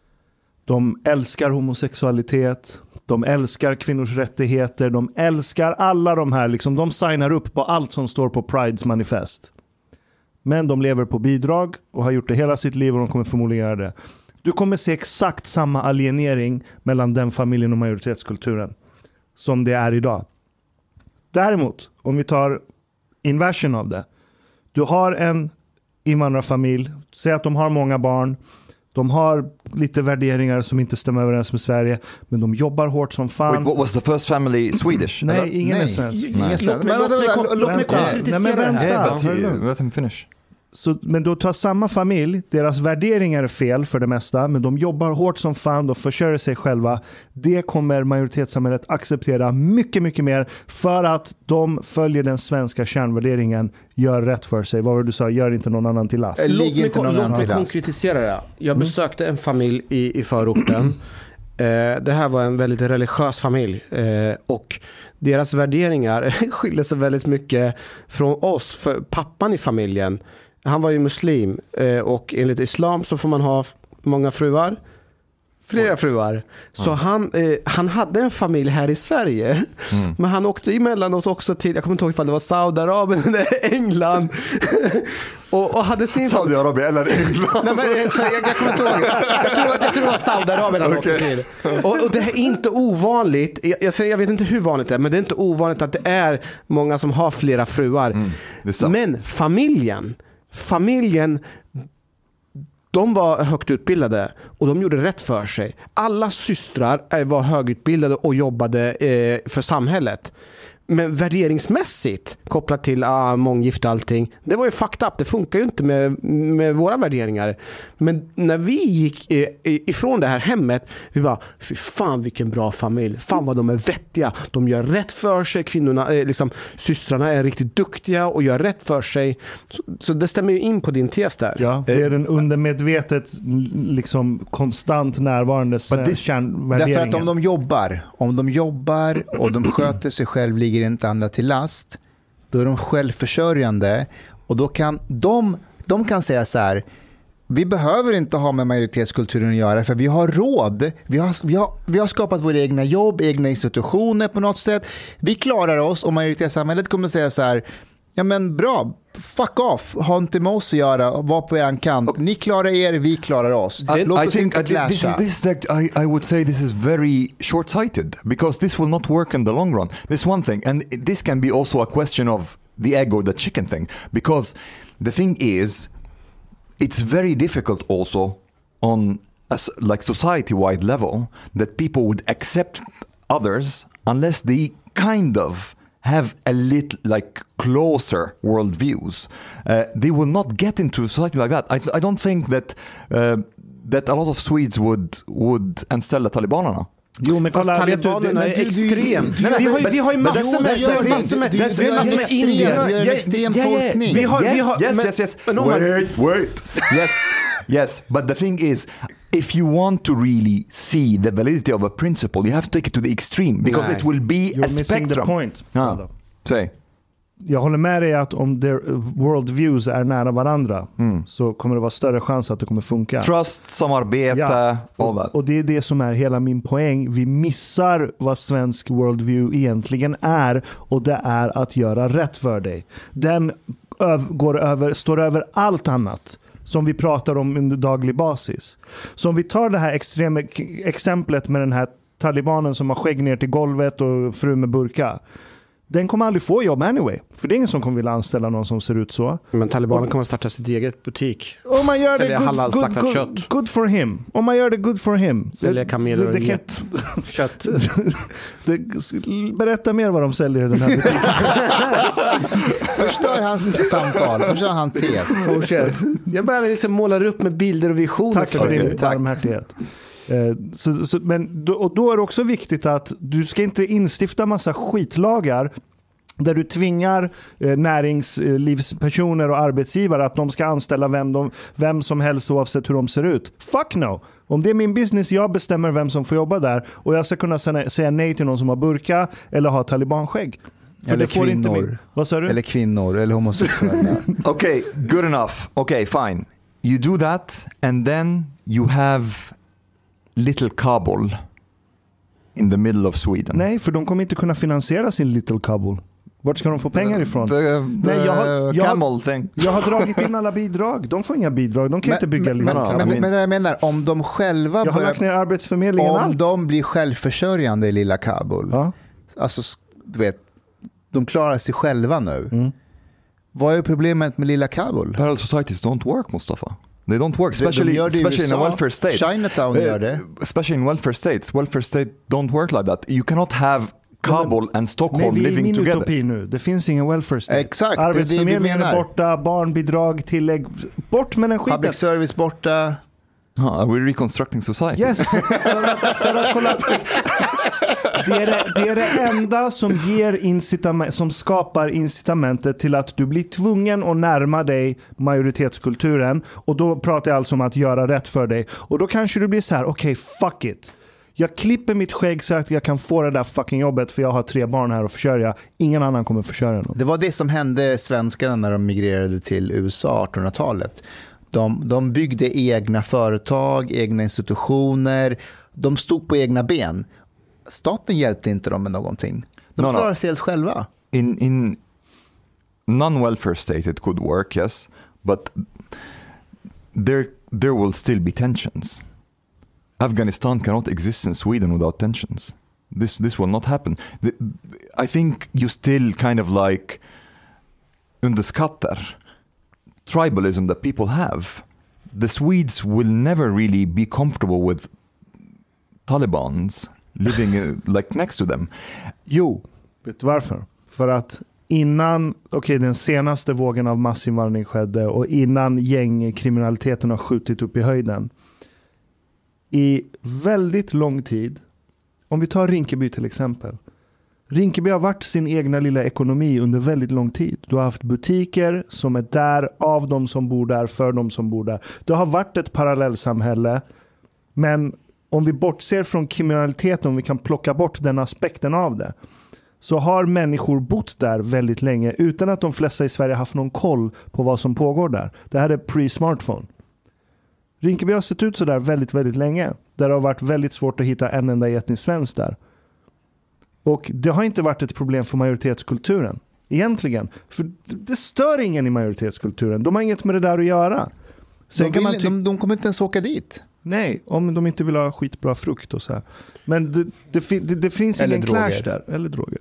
De älskar homosexualitet, de älskar kvinnors rättigheter, de älskar alla de här, liksom, de signar upp på allt som står på Prides manifest. Men de lever på bidrag och har gjort det hela sitt liv, och de kommer förmodligen göra det. Du kommer se exakt samma alienering mellan den familjen och majoritetskulturen som det är idag. Däremot, om vi tar inversion av det. Du har en invandrarfamilj, säg att de har många barn, de har lite värderingar som inte stämmer överens med Sverige, men de jobbar hårt som fan. Wait, what was the first family Swedish? Nej, ingen är svensk. Låt mig konkretisera det här. Let him finish. Så, men då tar samma familj, deras värderingar är fel för det mesta, men de jobbar hårt som fan, de försörjer sig själva. Det kommer majoritetssamhället acceptera mycket, mycket mer, för att de följer den svenska kärnvärderingen, gör rätt för sig. Vad var det du sa? Gör inte någon annan till last. Låt mig konkretisera det. Jag besökte en familj i förorten. Det här var en väldigt religiös familj, och deras värderingar skiljer sig väldigt mycket från oss. För pappan i familjen, han var ju muslim, och enligt islam så får man ha många fruar, Flera fruar. Så han hade en familj här i Sverige. Men han åkte emellanåt också till, jag kommer inte ihåg ifall det var Saudiarabien eller England. och hade sin Saudiarabien eller England. Nej, men, jag kommer inte ihåg. Jag tror det var Saudiarabien han åkte till. Och det är inte ovanligt. Jag vet inte hur vanligt det är, men det är inte ovanligt att det är många som har flera fruar. Men familjen de var högt utbildade och de gjorde rätt för sig. Alla systrar var högutbildade och jobbade för samhället. Men värderingsmässigt kopplat till månggifte och allting, det var ju fucked up. Det funkar ju inte med våra värderingar. Men när vi gick ifrån det här hemmet, vi bara, fy fan vilken bra familj. Fan vad de är vettiga. De gör rätt för sig. Kvinnorna, systrarna är riktigt duktiga och gör rätt för sig. Så det stämmer ju in på din tes där. Ja, det är den undermedvetet konstant närvarande kärnvärderingen. Därför att om de jobbar och de sköter sig själv, ligger inte andra till last, då är de självförsörjande och då kan de kan säga så här: vi behöver inte ha med majoritetskulturen att göra för vi har råd. Vi har skapat våra egna jobb, egna institutioner på något sätt. Vi klarar oss och majoritetssamhället kommer säga så här: ja men bra, fuck off, ha inte med oss att göra, var på er kant. Ni klarar er, vi klarar oss. I think I would say this is very short-sighted because this will not work in the long run. This one thing, and this can be also a question of the egg or the chicken thing, because the thing is, it's very difficult also on a like society-wide level that people would accept others unless they kind of have a little like closer worldviews. They will not get into a society like that. I don't think that that a lot of Swedes would anställa talibanerna. Jo, men kolla, talibanerna är extrem. Vi har ju massor med indier. Extrem tolkning. Yes. Wait. Yes. But the thing is, if you want to really see the validity of a principle, you have to take it to the extreme because it will be You're a missing spectrum. The point. Say. Jag håller med dig att om their worldviews är nära varandra så kommer det vara större chans att det kommer funka. Trust, samarbete, all that. Och det är det som är hela min poäng. Vi missar vad svensk worldview egentligen är, och det är att göra rätt för dig. Den står över allt annat som vi pratar om under daglig basis. Så om vi tar det här extrema exemplet med den här talibanen som har skägg ner till golvet och fru med burka. Den kommer aldrig få jobb anyway. För det är ingen som kommer vilja anställa någon som ser ut så. Men talibanen kommer starta sitt eget butik. Om man gör det good for him. Om man gör det good for him. Säljer kameler och kött. Berätta mer vad de säljer i den här butiken. Förstör hans samtal. Förstör hans tes. Fortsätt. Jag börjar liksom måla upp med bilder och visioner. Tack för din barmhärtighet. Men då är det också viktigt att du ska inte instifta massa skitlagar där du tvingar näringslivspersoner och arbetsgivare att de ska anställa vem som helst oavsett hur de ser ut. Fuck no! Om det är min business, jag bestämmer vem som får jobba där, och jag ska kunna säga nej till någon som har burka eller har talibanskägg. För eller det får kvinnor. Inte vad sa du? Eller kvinnor, eller homosexuella. Okay, good enough. Okay, fine. You do that and then you have Little Kabul in the middle of Sweden. Nej, för de kommer inte kunna finansiera sin Little Kabul. Vart ska de få pengar ifrån? Nej, jag har dragit in alla bidrag. De får inga bidrag. De kan inte bygga Little Kabul. Men jag menar, om de själva jag har lagt ner arbetsförmedlingen om allt. De blir självförsörjande i lilla Kabul. Ja. Alltså, du vet, de klarar sig själva nu. Vad är problemet med lilla Kabul? Parallel societies don't work, Mustafa. They don't work, especially in a welfare state. Chinatown gör det. Especially in welfare states. Welfare state don't work like that. You cannot have Kabul and Stockholm living together. Utopi nu. Det finns ingen welfare state. Exakt. Arbetsförmedlingen är borta, barnbidrag, tillägg. Bort med den skiten. Public service borta. Are we reconstructing society? Yes. för att kolla. Det är det enda som som skapar incitamentet till att du blir tvungen att närma dig majoritetskulturen, och då pratar jag alltså om att göra rätt för dig, och då kanske du blir så här: okej, fuck it. Jag klipper mitt skägg så att jag kan få det där fucking jobbet, för jag har 3 barn här att försörja. Ingen annan kommer försörja någon. Det var det som hände svenskarna när de migrerade till USA 1800-talet. De byggde egna företag, egna institutioner. De stod på egna ben. Staten hjälpte inte dem med någonting. De klarade sig helt själva. In non-welfare state it could work, yes, but there will still be tensions. Afghanistan cannot exist in Sweden without tensions. This will not happen. I think you still kind of like underskattar tribalism that people have. The Swedes will never really be comfortable with Talibans living like next to them. Jo, vet du varför? För att innan den senaste vågen av massinvandring skedde och innan gängkriminaliteten har skjutit upp i höjden, i väldigt lång tid, om vi tar Rinkeby till exempel. Rinkeby har varit sin egna lilla ekonomi under väldigt lång tid. Du har haft butiker som är där av de som bor där, för de som bor där. Det har varit ett parallellsamhälle, men om vi bortser från kriminaliteten, om vi kan plocka bort den aspekten av det, så har människor bott där väldigt länge utan att de flesta i Sverige haft någon koll på vad som pågår där. Det här är pre-smartphone. Rinkeby har sett ut så där väldigt, väldigt länge. Där det har varit väldigt svårt att hitta en enda etnisk svensk där. Och det har inte varit ett problem för majoritetskulturen. Egentligen. För det stör ingen i majoritetskulturen. De har inget med det där att göra. Sen De kommer inte ens åka dit. Nej, om de inte vill ha skitbra frukt och så här. Men det finns ingen clash där. Eller droger.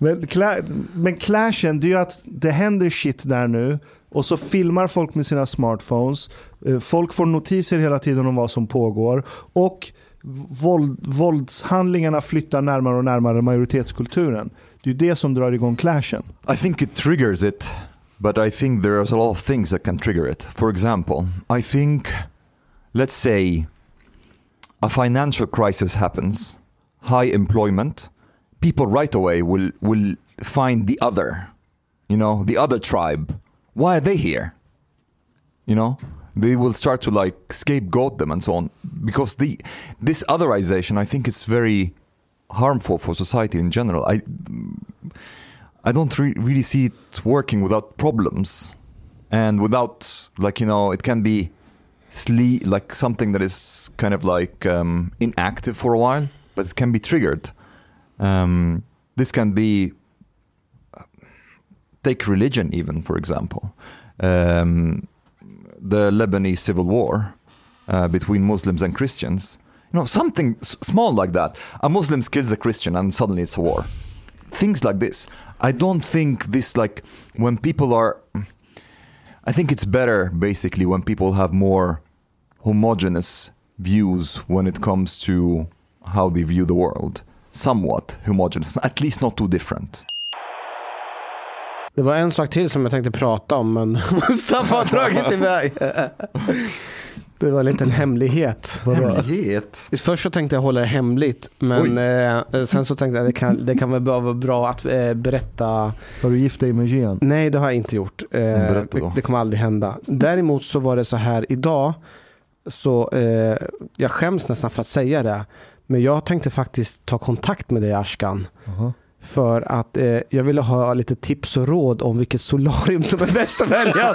Men clashen, det är ju att det händer shit där nu. Och så filmar folk med sina smartphones. Folk får notiser hela tiden om vad som pågår. Och våldshandlingarna flyttar närmare och närmare majoritetskulturen. Det är det som drar igång clashen. I think it triggers it, but I think there's a lot of things that can trigger it. For example, I think, let's say, a financial crisis happens, high employment, people right away will find the other, the other tribe. Why are they here? They will start to like scapegoat them and so on, because this otherization, I think it's very harmful for society in general. I don't really see it working without problems and without it can be like something that is kind of like inactive for a while, but it can be triggered. This can be take religion even, for example. The Lebanese civil war between Muslims and Christians. Something small like that. A Muslim kills a Christian and suddenly it's a war. Things like this. I don't think this, like, when people are... I think it's better, basically, when people have more homogeneous views when it comes to how they view the world. Somewhat homogeneous, at least not too different. Det var en sak till som jag tänkte prata om, men Mustafa har dragit iväg. Det var en liten hemlighet. Först så tänkte jag hålla det hemligt, men sen så tänkte jag att det kan vara bra att berätta. Har du gift dig med Gian? Nej, det har jag inte gjort. Det kommer aldrig hända. Däremot så var det så här idag, så jag skäms nästan för att säga det, men jag tänkte faktiskt ta kontakt med dig, Ashkan. För att jag ville ha lite tips och råd om vilket solarium som är bäst att välja.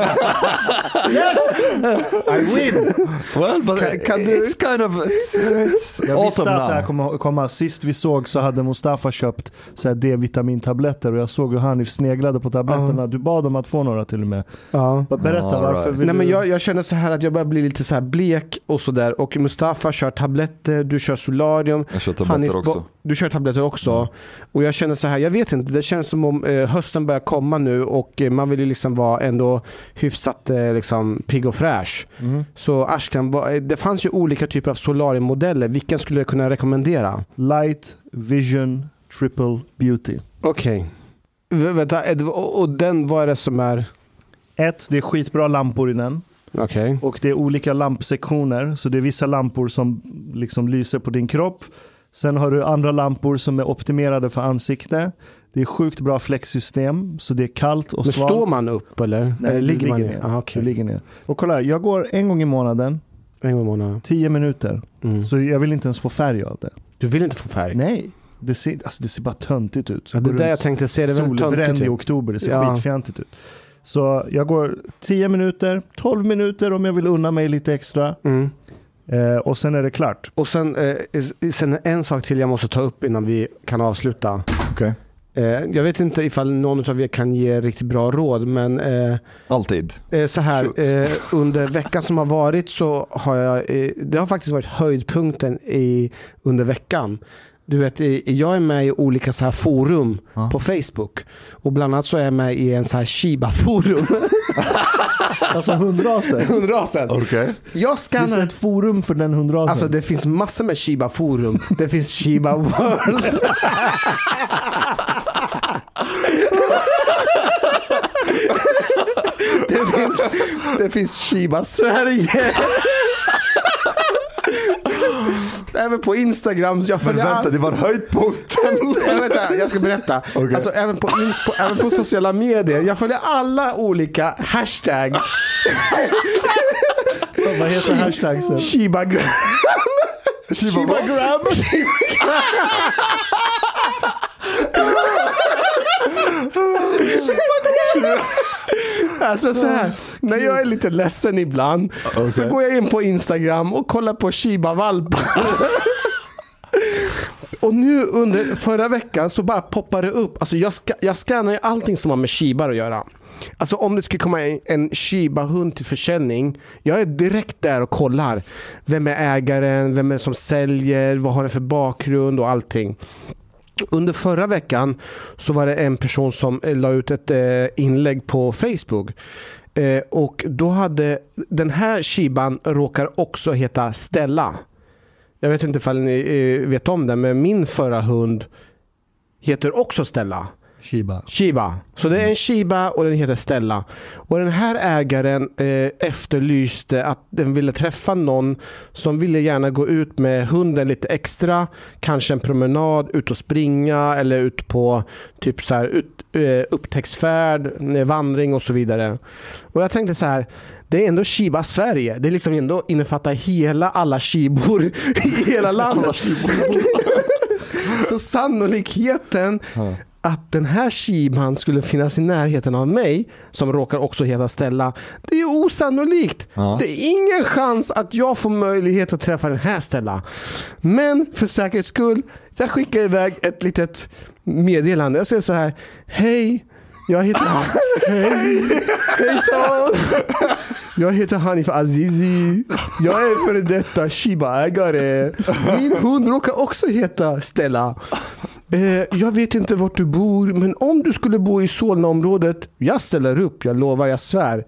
Yes! I win! Well, but it's kind of... Jag visste att det här kommer komma. Sist vi såg så hade Mustafa köpt så här D-vitamintabletter och jag såg hur han sneglade på tabletterna. Du bad om att få några till och med. Berätta varför vill Nej, men jag känner så här att jag börjar bli lite så här blek och så där. Och Mustafa kör tabletter, du kör solarium. Jag kör tabletter också. Du kör tabletter också. Och jag känner så här, jag vet inte, det känns som om hösten börjar komma nu och man vill ju liksom vara ändå hyfsat liksom pigg och fräsch. Så Ashkan, det fanns ju olika typer av solariummodeller. Vilken skulle du kunna rekommendera? Light Vision Triple Beauty. Okej. Vänta, och den, vad är det som är? Det är skitbra lampor i den. Okej. Och det är olika lampsektioner, så det är vissa lampor som liksom lyser på din kropp. Sen har du andra lampor som är optimerade för ansikte. Det är sjukt bra flexsystem, så det är kallt och svalt. Men står man upp eller? Nej, eller ligger man ner? Du ligger ner. Och kolla, jag går en gång i månaden. 10 minuter. Så jag vill inte ens få färg av det. Du vill inte få färg? Nej. Det ser bara töntigt ut. Ja, det där jag tänkte, ser det väl töntigt ut? Solbränd i oktober, det ser skitfjantigt ut. Så jag går 10 minuter, 12 minuter om jag vill unna mig lite extra. Och sen är det klart. Och sen en sak till jag måste ta upp innan vi kan avsluta. Okej. Jag vet inte ifall någon av er kan ge riktigt bra råd, men Alltid. så här, under veckan som har varit så har jag, det har faktiskt varit höjdpunkten under veckan. Du vet, jag är med i olika så här forum på Facebook, och bland annat så är jag med i en så här Shiba-forum. Alltså hundrasen. Okej. Jag Det skannar är ett forum för den hundrasen. Alltså det finns massor med Shiba-forum. Det finns Shiba World. det finns Shiba Sverige. Även på Instagram. Det var höjdpunkten. Jag ska berätta. Okay. Alltså, även på sociala medier. Jag följer alla olika hashtag. Vad heter hashtagsen? Shibagram. Shibagram. Alltså så här, när jag är lite ledsen ibland så går jag in på Instagram och kollar på Shiba-valpar. Och nu under förra veckan så bara poppar det upp. Alltså jag scannar ju allting som har med Shiba att göra. Alltså om det skulle komma en Shiba-hund till försäljning, jag är direkt där och kollar. Vem är ägaren, vem är det som säljer, vad har det för bakgrund och allting. Under förra veckan så var det en person som la ut ett inlägg på Facebook. Och då hade den här Shiban råkar också heta Stella. Jag vet inte ifall ni vet om det, men min förra hund heter också Stella. Shiba. Så det är en Shiba och den heter Stella. Och den här ägaren efterlyste att den ville träffa någon som ville gärna gå ut med hunden lite extra. Kanske en promenad, ut och springa eller ut på typ så här upptäcktsfärd, vandring och så vidare. Och jag tänkte så här, det är ändå Shiba Sverige. Det är liksom ändå innefattar alla shibor i hela landet. Så sannolikheten att den här Shiban skulle finnas i närheten av mig, som råkar också heta Stella, det är osannolikt. Det är ingen chans att jag får möjlighet att träffa den här Stella. Men för säkerhets skull, jag skickar iväg ett litet meddelande. Jag säger så här: hej, jag heter Hejsan. Jag heter Hanif Azizi. Jag är före detta Shiba-ägare. Min hund råkar också heta Stella. Jag vet inte vart du bor, men om du skulle bo i Solna-området, jag ställer upp, jag lovar, jag svär.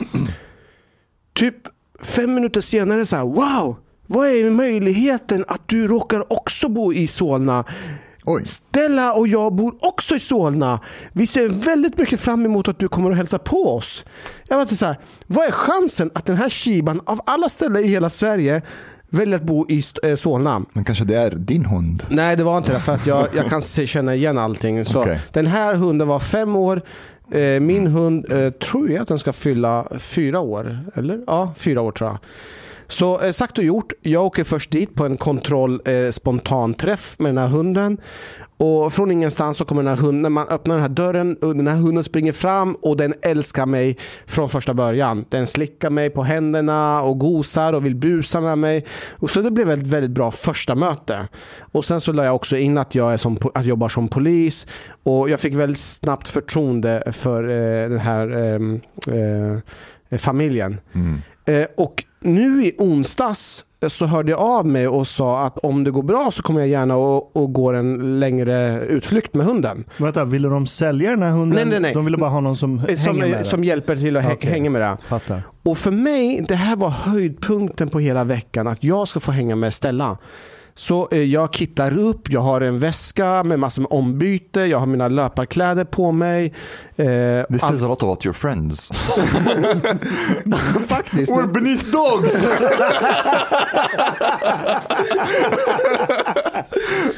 Typ 5 minuter senare så här: wow, vad är möjligheten att du råkar också bo i Solna? Oj. Stella och jag bor också i Solna. Vi ser väldigt mycket fram emot att du kommer att hälsa på oss. Jag vet inte så här, vad är chansen att den här Shiban av alla ställen i hela Sverige väljer att bo i Solna? Men kanske det är din hund? Nej, det var inte det, för att jag kan känna igen allting. Så den här hunden var 5 år. Min hund tror jag att den ska fylla 4 år. Eller? Ja, 4 år tror jag. Så sagt och gjort, jag åker först dit på en spontan-träff med den här hunden. Och från ingenstans så kommer den här hunden, när man öppnar den här dörren, den här hunden springer fram och den älskar mig från första början. Den slickar mig på händerna och gosar och vill busa med mig. Och så det blev ett väldigt bra första möte. Och sen så la jag också in att jag jobbar som polis, och jag fick väldigt snabbt förtroende för den här familjen. Och nu i onsdags så hörde jag av mig och sa att om det går bra så kommer jag gärna och går en längre utflykt med hunden. Vänta, ville de sälja den här hunden? Nej. De ville bara ha någon som hänger med det. Som hjälper till att hänga med det. Fattar. Och för mig, det här var höjdpunkten på hela veckan, att jag ska få hänga med Stella. Så jag kittar upp, jag har en väska med massor med ombyte, jag har mina löparkläder på mig. This says a lot about your friends. Faktiskt. We're beneath dogs!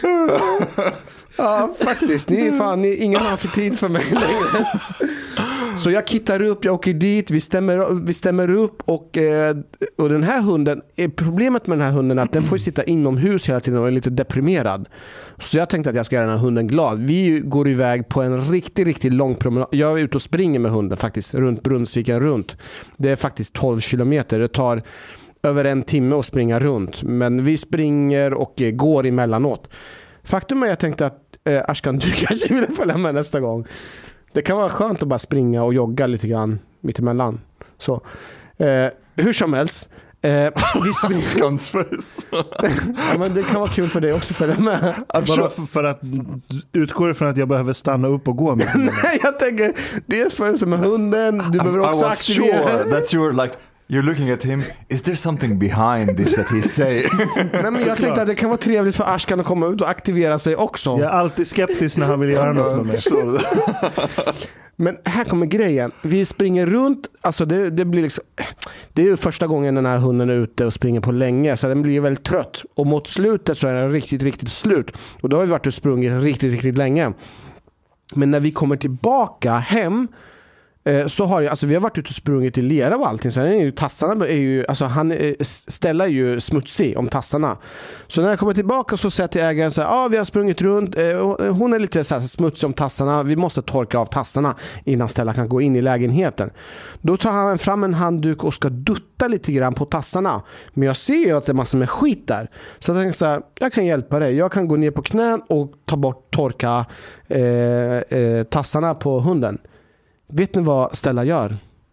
Ja, faktiskt. Ingen har för tid för mig längre. Så jag kittar upp, jag åker dit, vi stämmer upp och den här hunden, problemet med den här hunden är att den får sitta inomhus hela tiden och är lite deprimerad. Så jag tänkte att jag ska göra den här hunden glad. Vi går iväg på en riktigt lång promenad. Jag är ute och springer med hunden faktiskt, runt Brunnsviken runt. Det är faktiskt 12 kilometer. Det tar över 1 timme att springa runt. Men vi springer och går emellanåt. Faktum är att jag tänkte att Ashkan, du kanske vill följa med nästa gång. Det kan vara skönt att bara springa och jogga lite grann mittemellan. Så, hur som helst. Vi springer. Ja, men det kan vara kul för dig också följa med. Bara för att utgår ifrån att jag behöver stanna upp och gå med hunden. Nej, jag tänker dels vara ute med hunden. Du behöver också aktivera. Sure that you're looking at him. Is there something behind this that he's saying? Nej, men jag tänkte att det kan vara trevligt för Ashkan att komma ut och aktivera sig också. Jag är alltid skeptisk när han vill göra något med mig. Men här kommer grejen. Vi springer runt. Alltså det blir liksom, det är ju första gången den här hunden är ute och springer på länge. Så den blir väldigt trött. Och mot slutet så är den riktigt slut. Och då har vi varit och sprungit riktigt länge. Men när vi kommer tillbaka hem så har jag, alltså vi har varit ute och sprungit i lera och allting. Så är ju, tassarna är ju, alltså han ställer ju smutsig om tassarna. Så när jag kommer tillbaka så säger jag till ägaren så här, vi har sprungit runt, hon är lite så här smutsig om tassarna, vi måste torka av tassarna innan Stella kan gå in i lägenheten. Då tar han fram en handduk och ska dutta lite grann på tassarna. Men jag ser ju att det är massor med skit där. Så jag tänker så här, jag kan hjälpa dig. Jag kan gå ner på knän och torka tassarna på hunden. Vet ni vad Stella gör?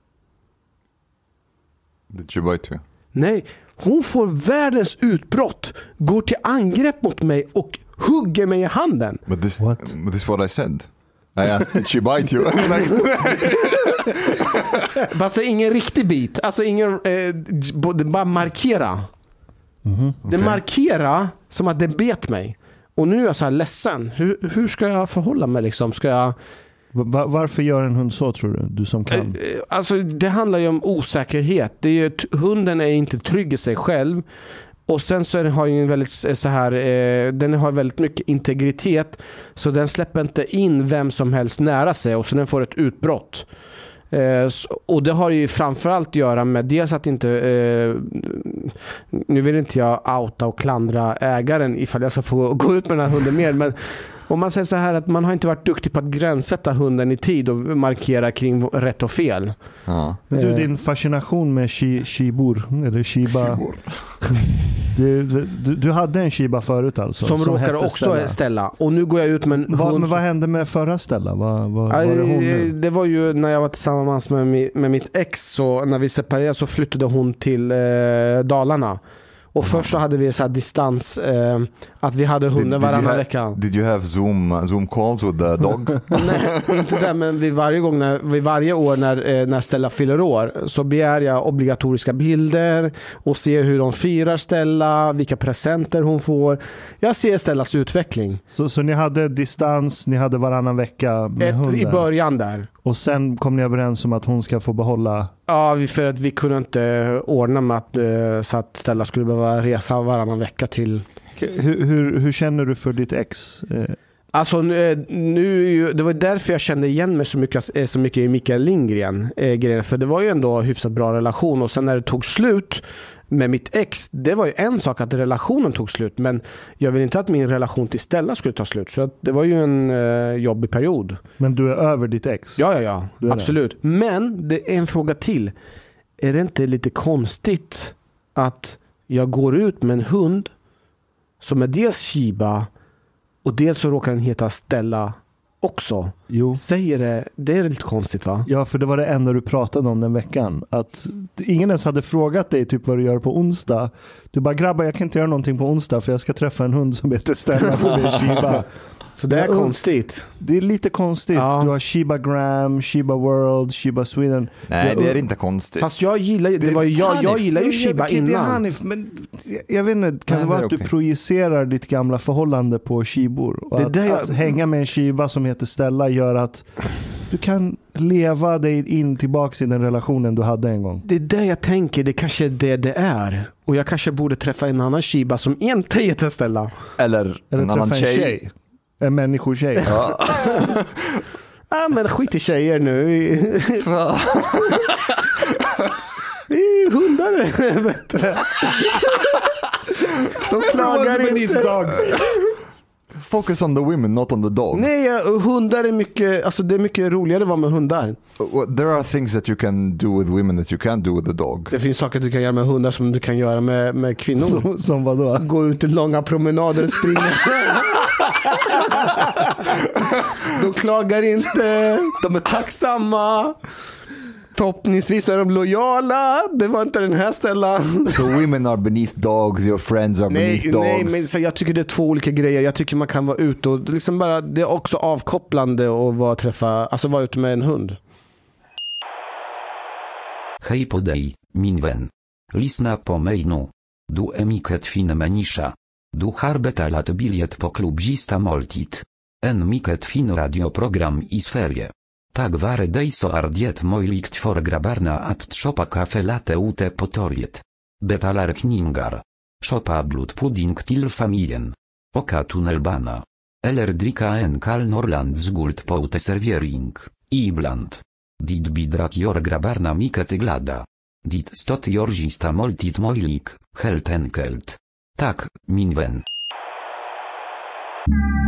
Did she bite you? Nej, hon får världens utbrott, går till angrepp mot mig och hugger mig i handen. But this is what I said. I asked, did she bite you? Fast det är ingen riktig bit. Alltså ingen, det bara markera. Okay. Det markera som att det bet mig. Och nu är jag så här ledsen. Hur ska jag förhålla mig liksom? Ska jag... Varför gör en hund så, tror du som kan? Alltså det handlar ju om osäkerhet. Det är ju, hunden är inte trygg i sig själv. Och sen så har ju en väldigt så här, den har väldigt mycket integritet, så den släpper inte in vem som helst nära sig, och så den får ett utbrott. Och det har ju framförallt att göra med dels att inte nu vill inte jag outa och klandra ägaren ifall jag ska få gå ut med den här hunden mer, men om man säger så här att man har inte varit duktig på att gränssätta hunden i tid och markera kring rätt och fel. Ja. Men du, din fascination med shibor eller shiba. Du hade en shiba förut alltså. Som råkade också Stella. Och nu går jag ut med en hund. Men vad hände med förra Stella? Var det hon nu? Det var ju när jag var tillsammans med mitt ex, så när vi separerade så flyttade hon till Dalarna. Och först så hade vi så här distans, att vi hade hunden varannan vecka. Did you have Zoom calls with the dog? Nej, inte det, men varje år när Stella fyller år så begär jag obligatoriska bilder och ser hur de firar Stella, vilka presenter hon får. Jag ser Stellas utveckling. Så ni hade distans, ni hade varannan vecka med hunden? I början där. Och sen kom ni överens om att hon ska få behålla... Ja, för att vi kunde inte ordna med så att Stella skulle behöva resa varannan vecka till... Hur känner du för ditt ex? Alltså nu, det var därför jag kände igen mig så mycket i Mikael Lindgren grejen, för det var ju ändå hyfsat bra relation, och sen när det tog slut med mitt ex, det var ju en sak att relationen tog slut, men jag vill inte att min relation till Stella skulle ta slut, så det var ju en jobbig period. Men du är över ditt ex? Ja, absolut. Det. Men det är en fråga till. Är det inte lite konstigt att jag går ut med en hund som är dels shiba och dels så råkar den heta Stella också? Jo. Säger det är lite konstigt, va? Ja, för det var det enda du pratade om den veckan. Att ingen ens hade frågat dig typ vad du gör på onsdag. Du bara, grabbar, jag kan inte göra någonting på onsdag för jag ska träffa en hund som heter Stella som är shiba. Så det är konstigt. Det är lite konstigt. Ja. Du har Shiba Gram, Shiba World, Shiba Sweden. Nej, det är inte konstigt. Fast jag gillar ju Shiba innan. Hanif, men jag vet inte, kan det vara att du projicerar ditt gamla förhållande på shibor? Och att hänga med en shiba som heter Stella gör att du kan leva dig in tillbaka i den relationen du hade en gång. Det är det jag tänker, det kanske är det är. Och jag kanske borde träffa en annan shiba som inte heter Stella. Eller en annan tjej. En människotjej. Ja. Men skit i tjejer nu. Hundar är bättre. De klagar inte. Focus on the women, not on the dogs. Nej, hundar är mycket, alltså det är mycket roligare att vara med hundar. There are things that you can do with women that you can't do with the dog. Det finns saker du kan göra med hundar som du kan göra med kvinnor. Som vad då? Gå ut i långa promenader och springa. De klagar inte. De är tacksamma. Förhoppningsvis är de lojala. Det var inte den här ställan. So women are beneath dogs, your friends are beneath dogs. Nej, men så jag tycker det är två olika grejer. Jag tycker man kan vara ute och liksom bara, det är också avkopplande att vara ute med en hund. Hej på dig, min vän. Lyssna på mig nu. Du är mycket fin människa. Du har betalat bilet på klubbzista måltid. En mycket fin radioprogram i Sverige. Tack vare dig så är det möjligt för grabbarna att shoppa kaffe latte ute på torget. Betalar kningar. Shoppa blodpudding till familjen. Åka tunnelbana. Eller dricka en kall Norrlands guld på uteservering. Ibland. Dit bidrag gör grabbarna mycket glada. Dit stott gör zista måltid möjlig, helt enkelt. Tack, min vän.